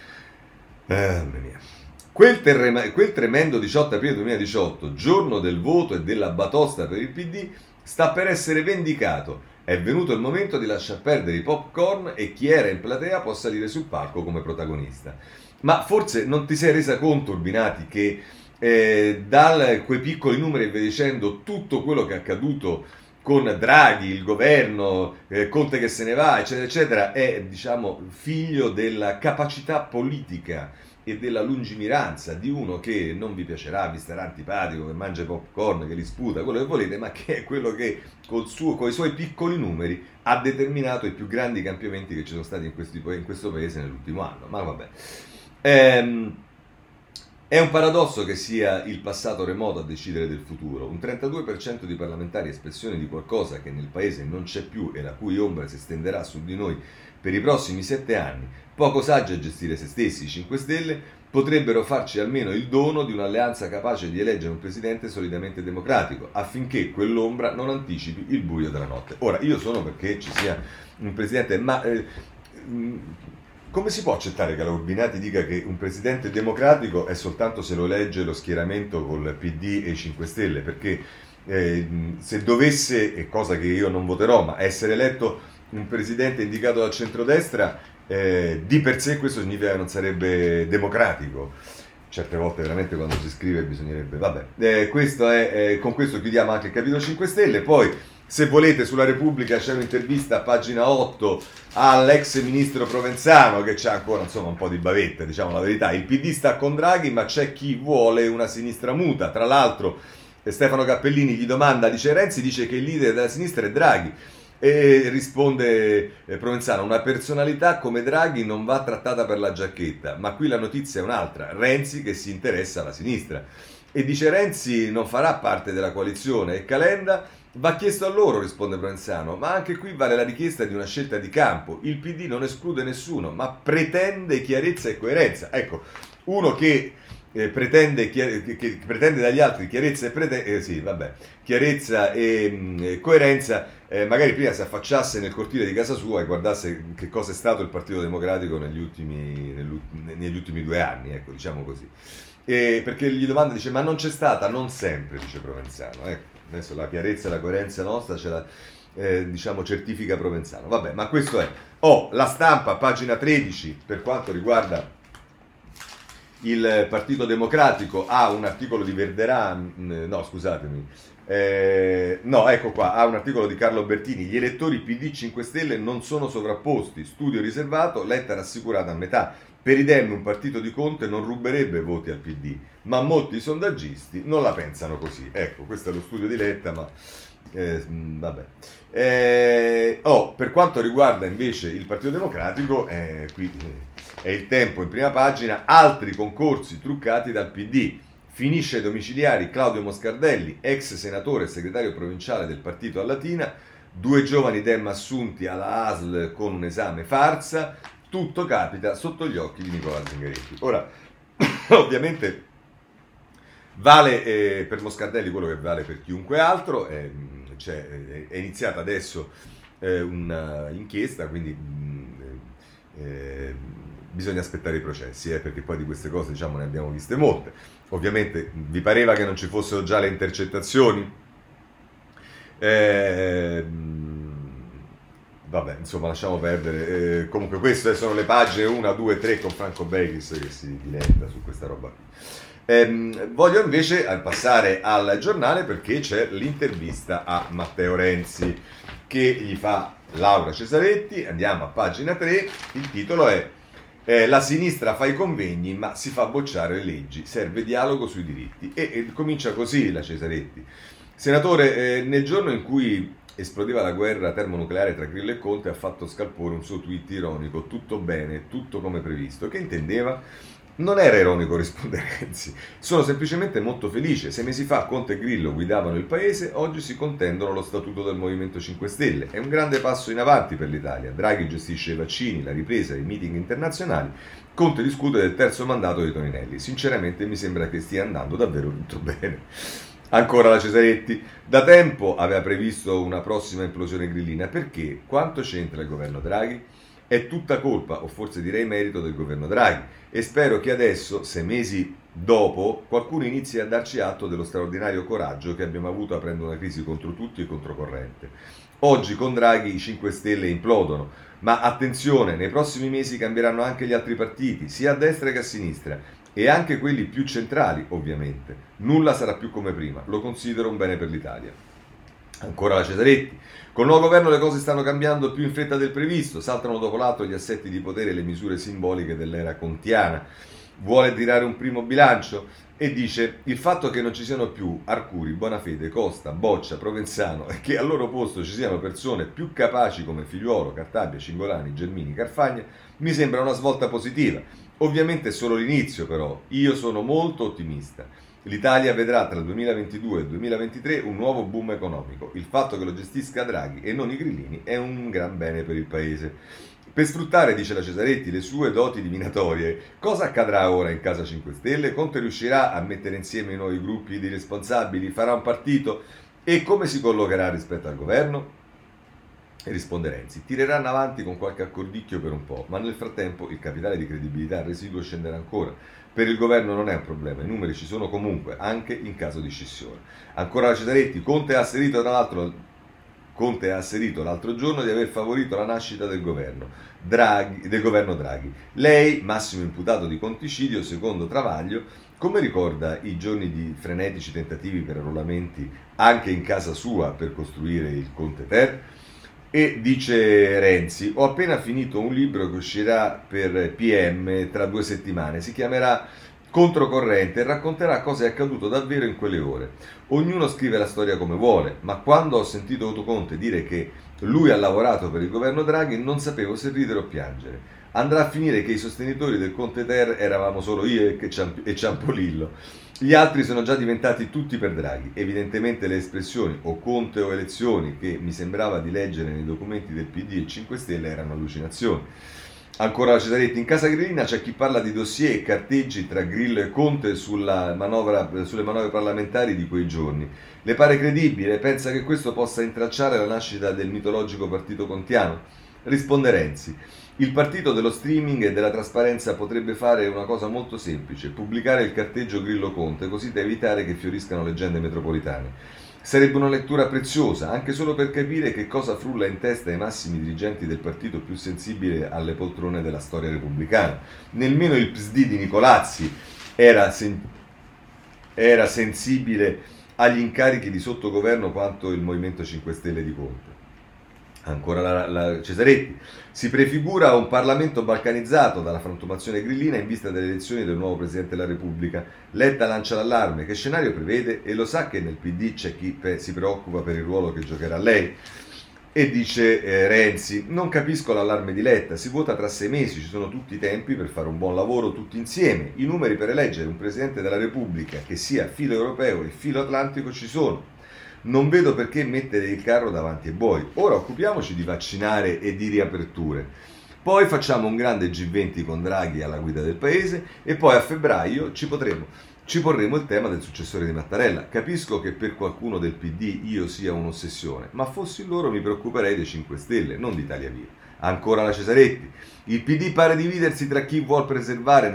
Mamma mia. Quel tremendo 18 aprile 2018, giorno del voto e della batosta per il PD, sta per essere vendicato. È venuto il momento di lasciar perdere i popcorn e chi era in platea può salire sul palco come protagonista. Ma forse non ti sei resa conto, Urbinati, che da quei piccoli numeri e via dicendo tutto quello che è accaduto con Draghi, il governo, Conte che se ne va, eccetera, eccetera, è, diciamo, figlio della capacità politica e della lungimiranza di uno che non vi piacerà, vi starà antipatico, che mangia popcorn, che li sputa, quello che volete, ma che è quello che con i suoi piccoli numeri ha determinato i più grandi cambiamenti che ci sono stati in questo paese nell'ultimo anno. Ma vabbè. È un paradosso che sia il passato remoto a decidere del futuro. Un 32% di parlamentari espressione di qualcosa che nel paese non c'è più e la cui ombra si stenderà su di noi per i prossimi 7 anni, poco saggi a gestire se stessi, i 5 Stelle, potrebbero farci almeno il dono di un'alleanza capace di eleggere un presidente solidamente democratico, affinché quell'ombra non anticipi il buio della notte. Ora, io sono perché ci sia un presidente, ma come si può accettare che la Urbinati dica che un presidente democratico è soltanto se lo elegge lo schieramento col PD e i 5 Stelle? Perché se dovesse, e cosa che io non voterò, ma essere eletto un presidente indicato dal centrodestra, di per sé questo significa che non sarebbe democratico. Certe volte veramente quando si scrive bisognerebbe... Vabbè, con questo chiudiamo anche il capitolo 5 Stelle. Poi, se volete, sulla Repubblica c'è un'intervista a pagina 8 all'ex ministro Provenzano, che c'ha ancora insomma un po' di bavetta, diciamo la verità. Il PD sta con Draghi, ma c'è chi vuole una sinistra muta. Tra l'altro Stefano Cappellini gli domanda, dice Renzi dice che il leader della sinistra è Draghi. E risponde Provenzano, una personalità come Draghi non va trattata per la giacchetta, ma qui la notizia è un'altra, Renzi che si interessa alla sinistra. E dice Renzi non farà parte della coalizione e Calenda va chiesto a loro, risponde Provenzano, ma anche qui vale la richiesta di una scelta di campo, il PD non esclude nessuno, ma pretende chiarezza e coerenza. Ecco, uno che pretende dagli altri chiarezza e coerenza, magari prima si affacciasse nel cortile di casa sua e guardasse che cosa è stato il Partito Democratico negli ultimi 2 anni, ecco, diciamo così. Perché gli domanda, dice, ma non c'è stata? Non sempre, dice Provenzano. Ecco, adesso la chiarezza e la coerenza nostra ce la diciamo certifica Provenzano. Vabbè, ma questo è. La Stampa, pagina 13, per quanto riguarda il Partito Democratico, ha un articolo di Verderan, no scusatemi, ecco qua, ha un articolo di Carlo Bertini, gli elettori PD 5 Stelle non sono sovrapposti, studio riservato, Letta rassicurata a metà, per i Dem un partito di Conte non ruberebbe voti al PD, ma molti sondaggisti non la pensano così. Ecco, questo è lo studio di Letta, ma vabbè. Per quanto riguarda invece il Partito Democratico, qui è il Tempo in prima pagina, altri concorsi truccati dal PD. Finisce ai domiciliari Claudio Moscardelli, ex senatore e segretario provinciale del partito a Latina, 2 giovani Dem assunti alla ASL con un esame farsa, tutto capita sotto gli occhi di Nicola Zingaretti. Ora, ovviamente vale per Moscardelli quello che vale per chiunque altro, è iniziata adesso una inchiesta, quindi bisogna aspettare i processi, perché poi di queste cose, diciamo, ne abbiamo viste molte. Ovviamente vi pareva che non ci fossero già le intercettazioni? Vabbè, insomma, lasciamo perdere. Comunque queste sono le pagine 1, 2, 3 con Franco Bechis che si diletta su questa roba qui. Voglio invece passare al giornale perché c'è l'intervista a Matteo Renzi che gli fa Laura Cesaretti. Andiamo a pagina 3, il titolo è la sinistra fa i convegni ma si fa bocciare le leggi, serve dialogo sui diritti. E comincia così la Cesaretti. Senatore, nel giorno in cui esplodeva la guerra termonucleare tra Grillo e Conte ha fatto scalpore un suo tweet ironico, tutto bene, tutto come previsto. Che intendeva? Non era ironico, risponde Renzi, sono semplicemente molto felice. 6 mesi fa Conte e Grillo guidavano il paese, oggi si contendono lo statuto del Movimento 5 Stelle. È un grande passo in avanti per l'Italia. Draghi gestisce i vaccini, la ripresa e i meeting internazionali. Conte discute del terzo mandato di Toninelli. Sinceramente mi sembra che stia andando davvero tutto bene. Ancora la Cesaretti. Da tempo aveva previsto una prossima implosione grillina. Perché? Quanto c'entra il governo Draghi? È tutta colpa, o forse direi merito, del governo Draghi. E spero che adesso, 6 mesi dopo, qualcuno inizi a darci atto dello straordinario coraggio che abbiamo avuto aprendo una crisi contro tutti e controcorrente. Oggi con Draghi i 5 Stelle implodono, ma attenzione, nei prossimi mesi cambieranno anche gli altri partiti, sia a destra che a sinistra, e anche quelli più centrali, ovviamente. Nulla sarà più come prima, lo considero un bene per l'Italia. Ancora la Cesaretti. Col nuovo governo le cose stanno cambiando più in fretta del previsto, saltano dopo l'altro gli assetti di potere e le misure simboliche dell'era contiana. Vuole tirare un primo bilancio e dice: il fatto che non ci siano più Arcuri, Bonafede, Costa, Boccia, Provenzano e che al loro posto ci siano persone più capaci come Figliuolo, Cartabia, Cingolani, Gelmini, Carfagna mi sembra una svolta positiva. Ovviamente è solo l'inizio, però io sono molto ottimista. L'Italia vedrà tra il 2022 e il 2023 un nuovo boom economico. Il fatto che lo gestisca Draghi e non i grillini è un gran bene per il paese. Per sfruttare, dice la Cesaretti, le sue doti divinatorie, cosa accadrà ora in Casa 5 Stelle? Conte riuscirà a mettere insieme i nuovi gruppi di responsabili? Farà un partito? E come si collocherà rispetto al governo? E risponde Renzi: tireranno avanti con qualche accordicchio per un po', ma nel frattempo il capitale di credibilità residuo scenderà ancora. Per il governo non è un problema, i numeri ci sono comunque, anche in caso di scissione. Ancora la Cesaretti: Conte ha asserito l'altro giorno di aver favorito la nascita del governo Draghi. Lei, massimo imputato di conticidio, secondo Travaglio, come ricorda i giorni di frenetici tentativi per arruolamenti anche in casa sua per costruire il Conte Ter? E dice Renzi: ho appena finito un libro che uscirà per PM tra 2 settimane, si chiamerà Controcorrente e racconterà cosa è accaduto davvero in quelle ore. Ognuno scrive la storia come vuole, ma quando ho sentito Otto Conte dire che lui ha lavorato per il governo Draghi non sapevo se ridere o piangere. Andrà a finire che i sostenitori del Conte Ter eravamo solo io e Ciampolillo. Gli altri sono già diventati tutti per Draghi. Evidentemente le espressioni o Conte o elezioni che mi sembrava di leggere nei documenti del PD e 5 Stelle erano allucinazioni. Ancora la Cesaretti: in casa grillina c'è chi parla di dossier e carteggi tra Grillo e Conte sulle manovre parlamentari di quei giorni. Le pare credibile? Pensa che questo possa intralciare la nascita del mitologico partito contiano? Risponde Renzi: il partito dello streaming e della trasparenza potrebbe fare una cosa molto semplice: pubblicare il carteggio Grillo-Conte, così da evitare che fioriscano leggende metropolitane. Sarebbe una lettura preziosa, anche solo per capire che cosa frulla in testa ai massimi dirigenti del partito più sensibile alle poltrone della storia repubblicana. Nemmeno il PSD di Nicolazzi era sensibile agli incarichi di sottogoverno quanto il Movimento 5 Stelle di Conte. Ancora la Cesaretti: si prefigura un Parlamento balcanizzato dalla frantumazione grillina in vista delle elezioni del nuovo Presidente della Repubblica. Letta lancia l'allarme: che scenario prevede? E lo sa che nel PD c'è chi si preoccupa per il ruolo che giocherà lei? E dice Renzi: non capisco l'allarme di Letta, si vota tra 6 mesi, ci sono tutti i tempi per fare un buon lavoro tutti insieme, i numeri per eleggere un Presidente della Repubblica che sia filo europeo e filo atlantico ci sono. Non vedo perché mettere il carro davanti ai buoi. Ora occupiamoci di vaccinare e di riaperture. Poi facciamo un grande G20 con Draghi alla guida del paese e poi a febbraio ci porremo il tema del successore di Mattarella. Capisco che per qualcuno del PD io sia un'ossessione, ma fossi loro mi preoccuperei dei 5 Stelle, non di Italia Viva. Ancora la Cesaretti: il PD pare dividersi tra chi vuol perseverare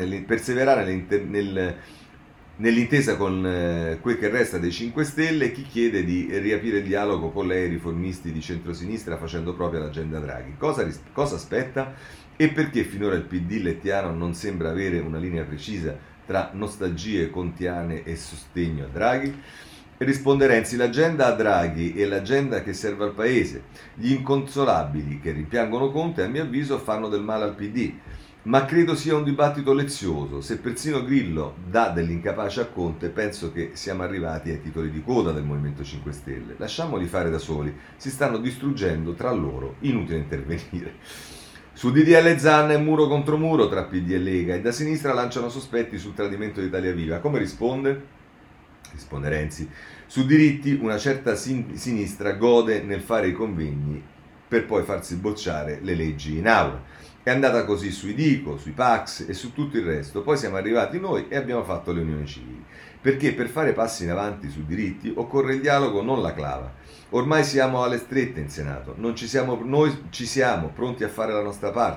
nell'intesa con quel che resta dei 5 Stelle e chi chiede di riaprire il dialogo con lei, riformisti di centrosinistra, facendo propria l'agenda Draghi. Cosa aspetta? E perché finora il PD lettiano non sembra avere una linea precisa tra nostalgie contiane e sostegno a Draghi? Risponde Renzi: l'agenda a Draghi è l'agenda che serve al paese. Gli inconsolabili che rimpiangono Conte, a mio avviso, fanno del male al PD. Ma credo sia un dibattito lezioso. Se persino Grillo dà dell'incapace a Conte, penso che siamo arrivati ai titoli di coda del Movimento 5 Stelle. Lasciamoli fare da soli, si stanno distruggendo tra loro, inutile intervenire. Su DDL Zan è muro contro muro tra PD e Lega e da sinistra lanciano sospetti sul tradimento di Italia Viva. Come risponde? Risponde Renzi: su diritti una certa sinistra gode nel fare i convegni per poi farsi bocciare le leggi in aula. È andata così sui Dico, sui Pax e su tutto il resto. Poi siamo arrivati noi e abbiamo fatto le unioni civili. Perché per fare passi in avanti sui diritti occorre il dialogo, non la clava. Ormai siamo alle strette in Senato. Noi ci siamo pronti a fare la nostra parte.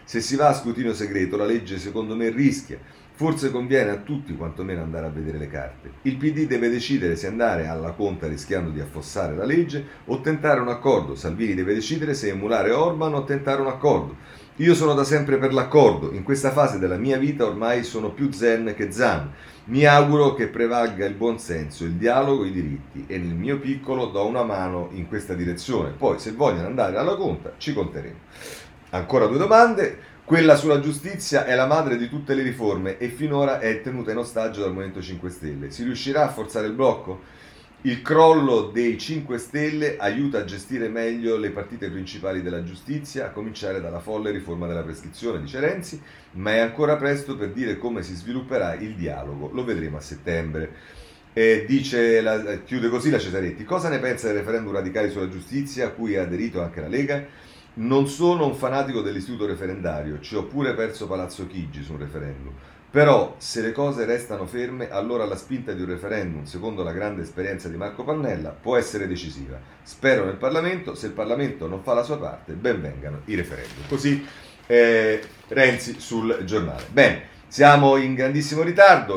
Se si va a scrutinio segreto la legge secondo me rischia. Forse conviene a tutti quantomeno andare a vedere le carte. Il PD deve decidere se andare alla conta rischiando di affossare la legge o tentare un accordo. Salvini deve decidere se emulare Orban o tentare un accordo. Io sono da sempre per l'accordo. In questa fase della mia vita ormai sono più zen che zan. Mi auguro che prevalga il buon senso, il dialogo, i diritti e nel mio piccolo do una mano in questa direzione. Poi se vogliono andare alla conta ci conteremo. Ancora 2 domande. Quella sulla giustizia è la madre di tutte le riforme e finora è tenuta in ostaggio dal Movimento 5 Stelle. Si riuscirà a forzare il blocco? Il crollo dei 5 Stelle aiuta a gestire meglio le partite principali della giustizia, a cominciare dalla folle riforma della prescrizione, dice Renzi, ma è ancora presto per dire come si svilupperà il dialogo, lo vedremo a settembre. Chiude così la Cesaretti. Cosa ne pensa del referendum radicali sulla giustizia, a cui ha aderito anche la Lega? Non sono un fanatico dell'istituto referendario, ci ho pure perso Palazzo Chigi su un referendum. Però, se le cose restano ferme, allora la spinta di un referendum, secondo la grande esperienza di Marco Pannella, può essere decisiva. Spero nel Parlamento, se il Parlamento non fa la sua parte, ben vengano i referendum. Così Renzi sul Giornale. Bene, siamo in grandissimo ritardo.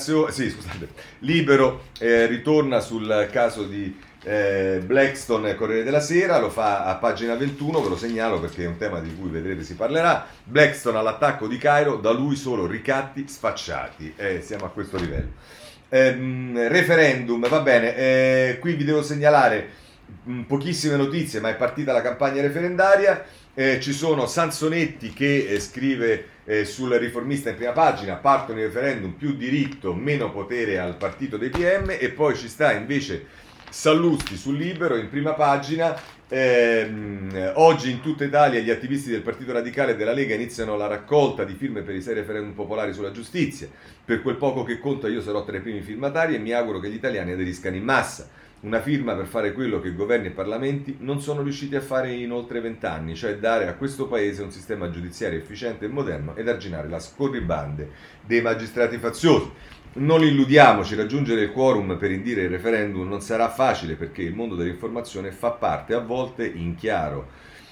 Libero ritorna sul caso di Blackstone, Corriere della Sera, lo fa a pagina 21, ve lo segnalo perché è un tema di cui vedrete si parlerà. Blackstone all'attacco di Cairo, da lui solo ricatti sfacciati, siamo a questo livello. Referendum, va bene, qui vi devo segnalare pochissime notizie, ma è partita la campagna referendaria. Ci sono Sansonetti che scrive sul Riformista in prima pagina: partono i referendum, più diritto, meno potere al partito dei PM. E poi ci sta invece Sallusti sul Libero in prima pagina. Oggi in tutta Italia gli attivisti del Partito Radicale e della Lega iniziano la raccolta di firme per i 6 referendum popolari sulla giustizia. Per quel poco che conta io sarò tra i primi firmatari e mi auguro che gli italiani aderiscano in massa. Una firma per fare quello che governi e parlamenti non sono riusciti a fare in oltre 20 anni, cioè dare a questo paese un sistema giudiziario efficiente e moderno ed arginare la scorribande dei magistrati faziosi. Non illudiamoci, raggiungere il quorum per indire il referendum non sarà facile perché il mondo dell'informazione fa parte a volte in chiaro,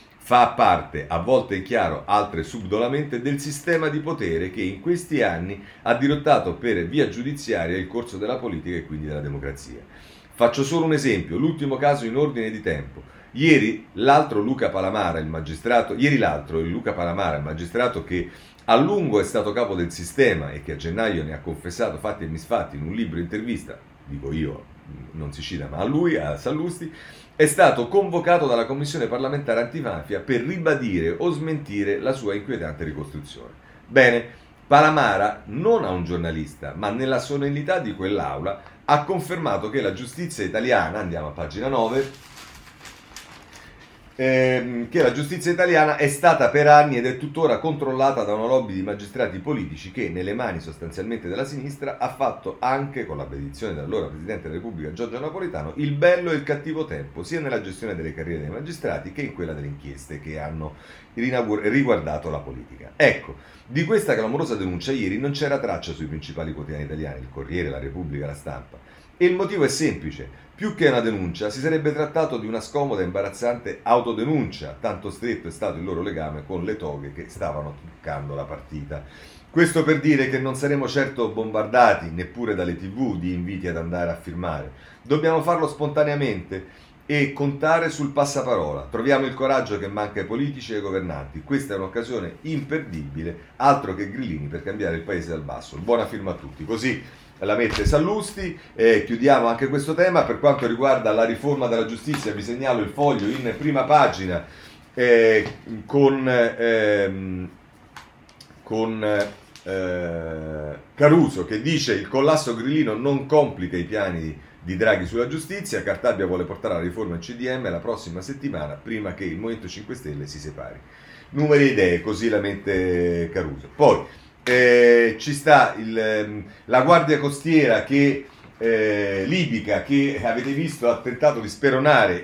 altre subdolamente, del sistema di potere che in questi anni ha dirottato per via giudiziaria il corso della politica e quindi della democrazia. Faccio solo un esempio, l'ultimo caso in ordine di tempo. Ieri l'altro Luca Palamara, il magistrato che a lungo è stato capo del sistema e che a gennaio ne ha confessato fatti e misfatti in un libro intervista, dico io, non si cita, ma a lui, a Sallusti, è stato convocato dalla Commissione parlamentare antimafia per ribadire o smentire la sua inquietante ricostruzione. Bene, Palamara, non a un giornalista, ma nella solennità di quell'aula, ha confermato che la giustizia italiana, andiamo a pagina 9, che la giustizia italiana è stata per anni ed è tuttora controllata da una lobby di magistrati politici che, nelle mani sostanzialmente della sinistra, ha fatto anche, con la benedizione dell'allora Presidente della Repubblica Giorgio Napolitano, il bello e il cattivo tempo, sia nella gestione delle carriere dei magistrati che in quella delle inchieste che hanno riguardato la politica. Ecco, di questa clamorosa denuncia ieri non c'era traccia sui principali quotidiani italiani, il Corriere, la Repubblica, la Stampa. E il motivo è semplice. Più che una denuncia, si sarebbe trattato di una scomoda e imbarazzante autodenuncia, tanto stretto è stato il loro legame con le toghe che stavano truccando la partita. Questo per dire che non saremo certo bombardati, neppure dalle TV, di inviti ad andare a firmare. Dobbiamo farlo spontaneamente e contare sul passaparola. Troviamo il coraggio che manca ai politici e ai governanti. Questa è un'occasione imperdibile, altro che grillini per cambiare il paese dal basso. Buona firma a tutti. Così la mette Sallusti. Chiudiamo anche questo tema. Per quanto riguarda la riforma della giustizia, vi segnalo il Foglio in prima pagina con Caruso che dice: il collasso grillino non complica i piani di Draghi sulla giustizia. Cartabia vuole portare la riforma in CDM la prossima settimana prima che il Movimento 5 Stelle si separi. Numeri e idee, così la mette Caruso. Poi ci sta la Guardia Costiera libica che avete visto ha tentato di speronare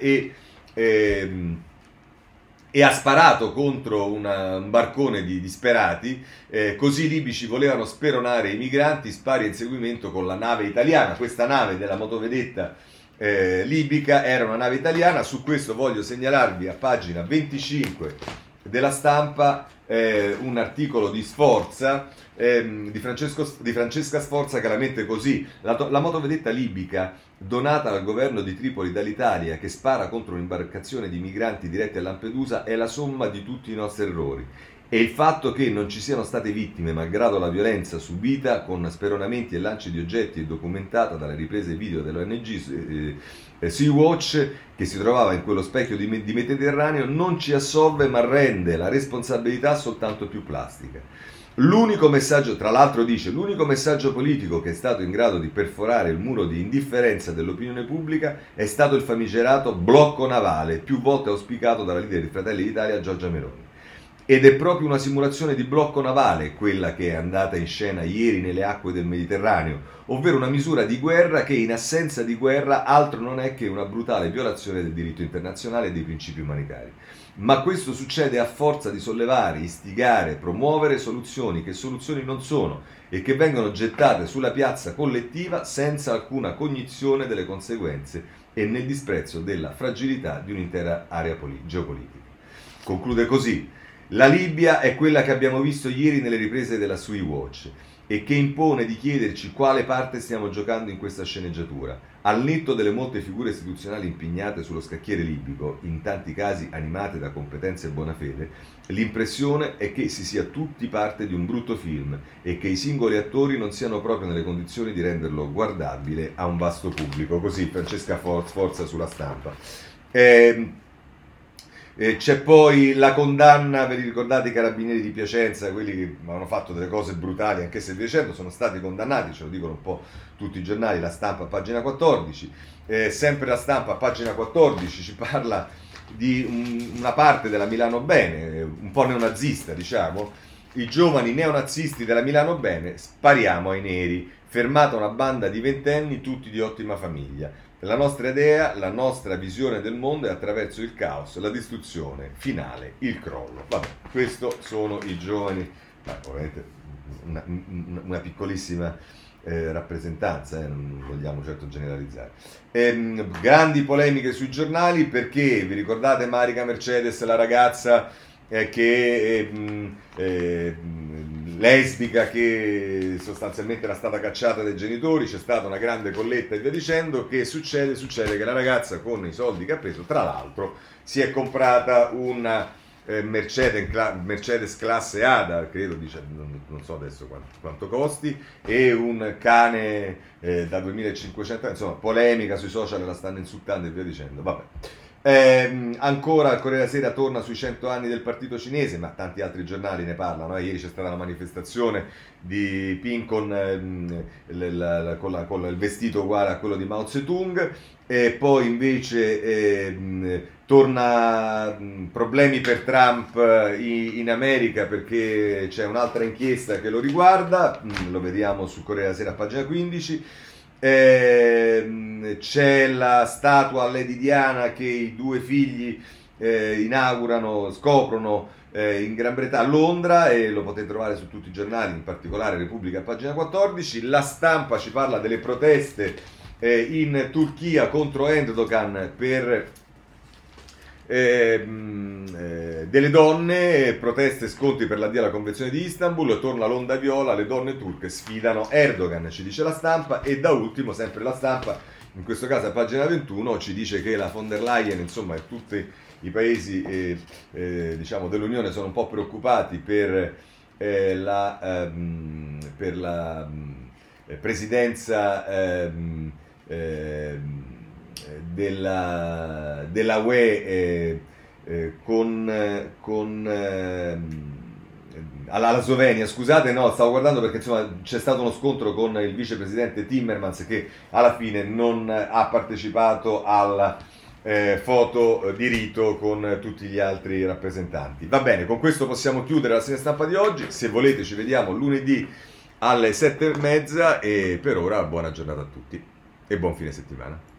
e ha sparato contro un barcone di disperati. Così i libici volevano speronare i migranti, spari a inseguimento con la nave italiana. Questa nave della motovedetta libica era una nave italiana. Su questo voglio segnalarvi a pagina 25 della Stampa un articolo di Sforza, di Francesca Sforza, che la mette così: la motovedetta libica donata dal governo di Tripoli dall'Italia, che spara contro un'imbarcazione di migranti diretti a Lampedusa, è la somma di tutti i nostri errori. E il fatto che non ci siano state vittime, malgrado la violenza subita, con speronamenti e lanci di oggetti, è documentata dalle riprese video dell'ONG Sea-Watch, che si trovava in quello specchio di Mediterraneo, non ci assolve ma rende la responsabilità soltanto più plastica. L'unico messaggio, tra l'altro dice, l'unico messaggio politico che è stato in grado di perforare il muro di indifferenza dell'opinione pubblica è stato il famigerato blocco navale, più volte auspicato dalla leader di Fratelli d'Italia Giorgia Meloni. Ed è proprio una simulazione di blocco navale quella che è andata in scena ieri nelle acque del Mediterraneo, ovvero una misura di guerra che in assenza di guerra altro non è che una brutale violazione del diritto internazionale e dei principi umanitari. Ma questo succede a forza di sollevare, istigare, promuovere soluzioni che soluzioni non sono e che vengono gettate sulla piazza collettiva senza alcuna cognizione delle conseguenze e nel disprezzo della fragilità di un'intera area geopolitica. Conclude così: la Libia è quella che abbiamo visto ieri nelle riprese della Sea-Watch e che impone di chiederci quale parte stiamo giocando in questa sceneggiatura. Al netto delle molte figure istituzionali impegnate sullo scacchiere libico, in tanti casi animate da competenza e buona fede, l'impressione è che si sia tutti parte di un brutto film e che i singoli attori non siano proprio nelle condizioni di renderlo guardabile a un vasto pubblico. Così Francesca Sforza sulla Stampa. C'è poi la condanna, ve li ricordate i carabinieri di Piacenza, quelli che hanno fatto delle cose brutali, anche se via dicendo sono stati condannati, ce lo dicono un po' tutti i giornali. La Stampa a pagina 14, sempre la Stampa a pagina 14 ci parla di una parte della Milano Bene, un po' neonazista diciamo: i giovani neonazisti della Milano Bene, spariamo ai neri, fermata una banda di ventenni tutti di ottima famiglia. La nostra idea, la nostra visione del mondo è attraverso il caos, la distruzione finale, il crollo. Vabbè, questi sono i giovani, ma ovviamente una piccolissima rappresentanza, non vogliamo certo generalizzare. Grandi polemiche sui giornali perché, vi ricordate Marica Mercedes, la ragazza lesbica che sostanzialmente era stata cacciata dai genitori, c'è stata una grande colletta e via dicendo. Che succede? Succede che la ragazza, con i soldi che ha preso, tra l'altro si è comprata una Mercedes classe A, credo, non so adesso quanto costi, e un cane da 2500, insomma, polemica sui social, la stanno insultando e via dicendo. Vabbè. Ancora il Corriere della Sera torna sui 100 anni del partito cinese, ma tanti altri giornali ne parlano. Ieri c'è stata la manifestazione di Ping con il vestito uguale a quello di Mao Zedong, e poi invece torna problemi per Trump in America perché c'è un'altra inchiesta che lo riguarda, lo vediamo sul Corriere della Sera a pagina 15. C'è la statua a Lady Diana che i due figli scoprono in Gran Bretagna, a Londra, e lo potete trovare su tutti i giornali, in particolare Repubblica a pagina 14. La Stampa ci parla delle proteste in Turchia contro Erdogan per delle donne, proteste e scontri per l'addio alla Convenzione di Istanbul, torna l'onda viola, le donne turche sfidano Erdogan, ci dice la Stampa. E da ultimo, sempre la Stampa, in questo caso a pagina 21, ci dice che la von der Leyen, insomma, e tutti i paesi diciamo dell'Unione sono un po' preoccupati per la presidenza della UE alla Slovenia, scusate, no, stavo guardando perché insomma c'è stato uno scontro con il vicepresidente Timmermans, che alla fine non ha partecipato alla foto di rito con tutti gli altri rappresentanti. Va bene, con questo possiamo chiudere la rassegna stampa di oggi. Se volete ci vediamo lunedì alle 7:30 e per ora buona giornata a tutti e buon fine settimana.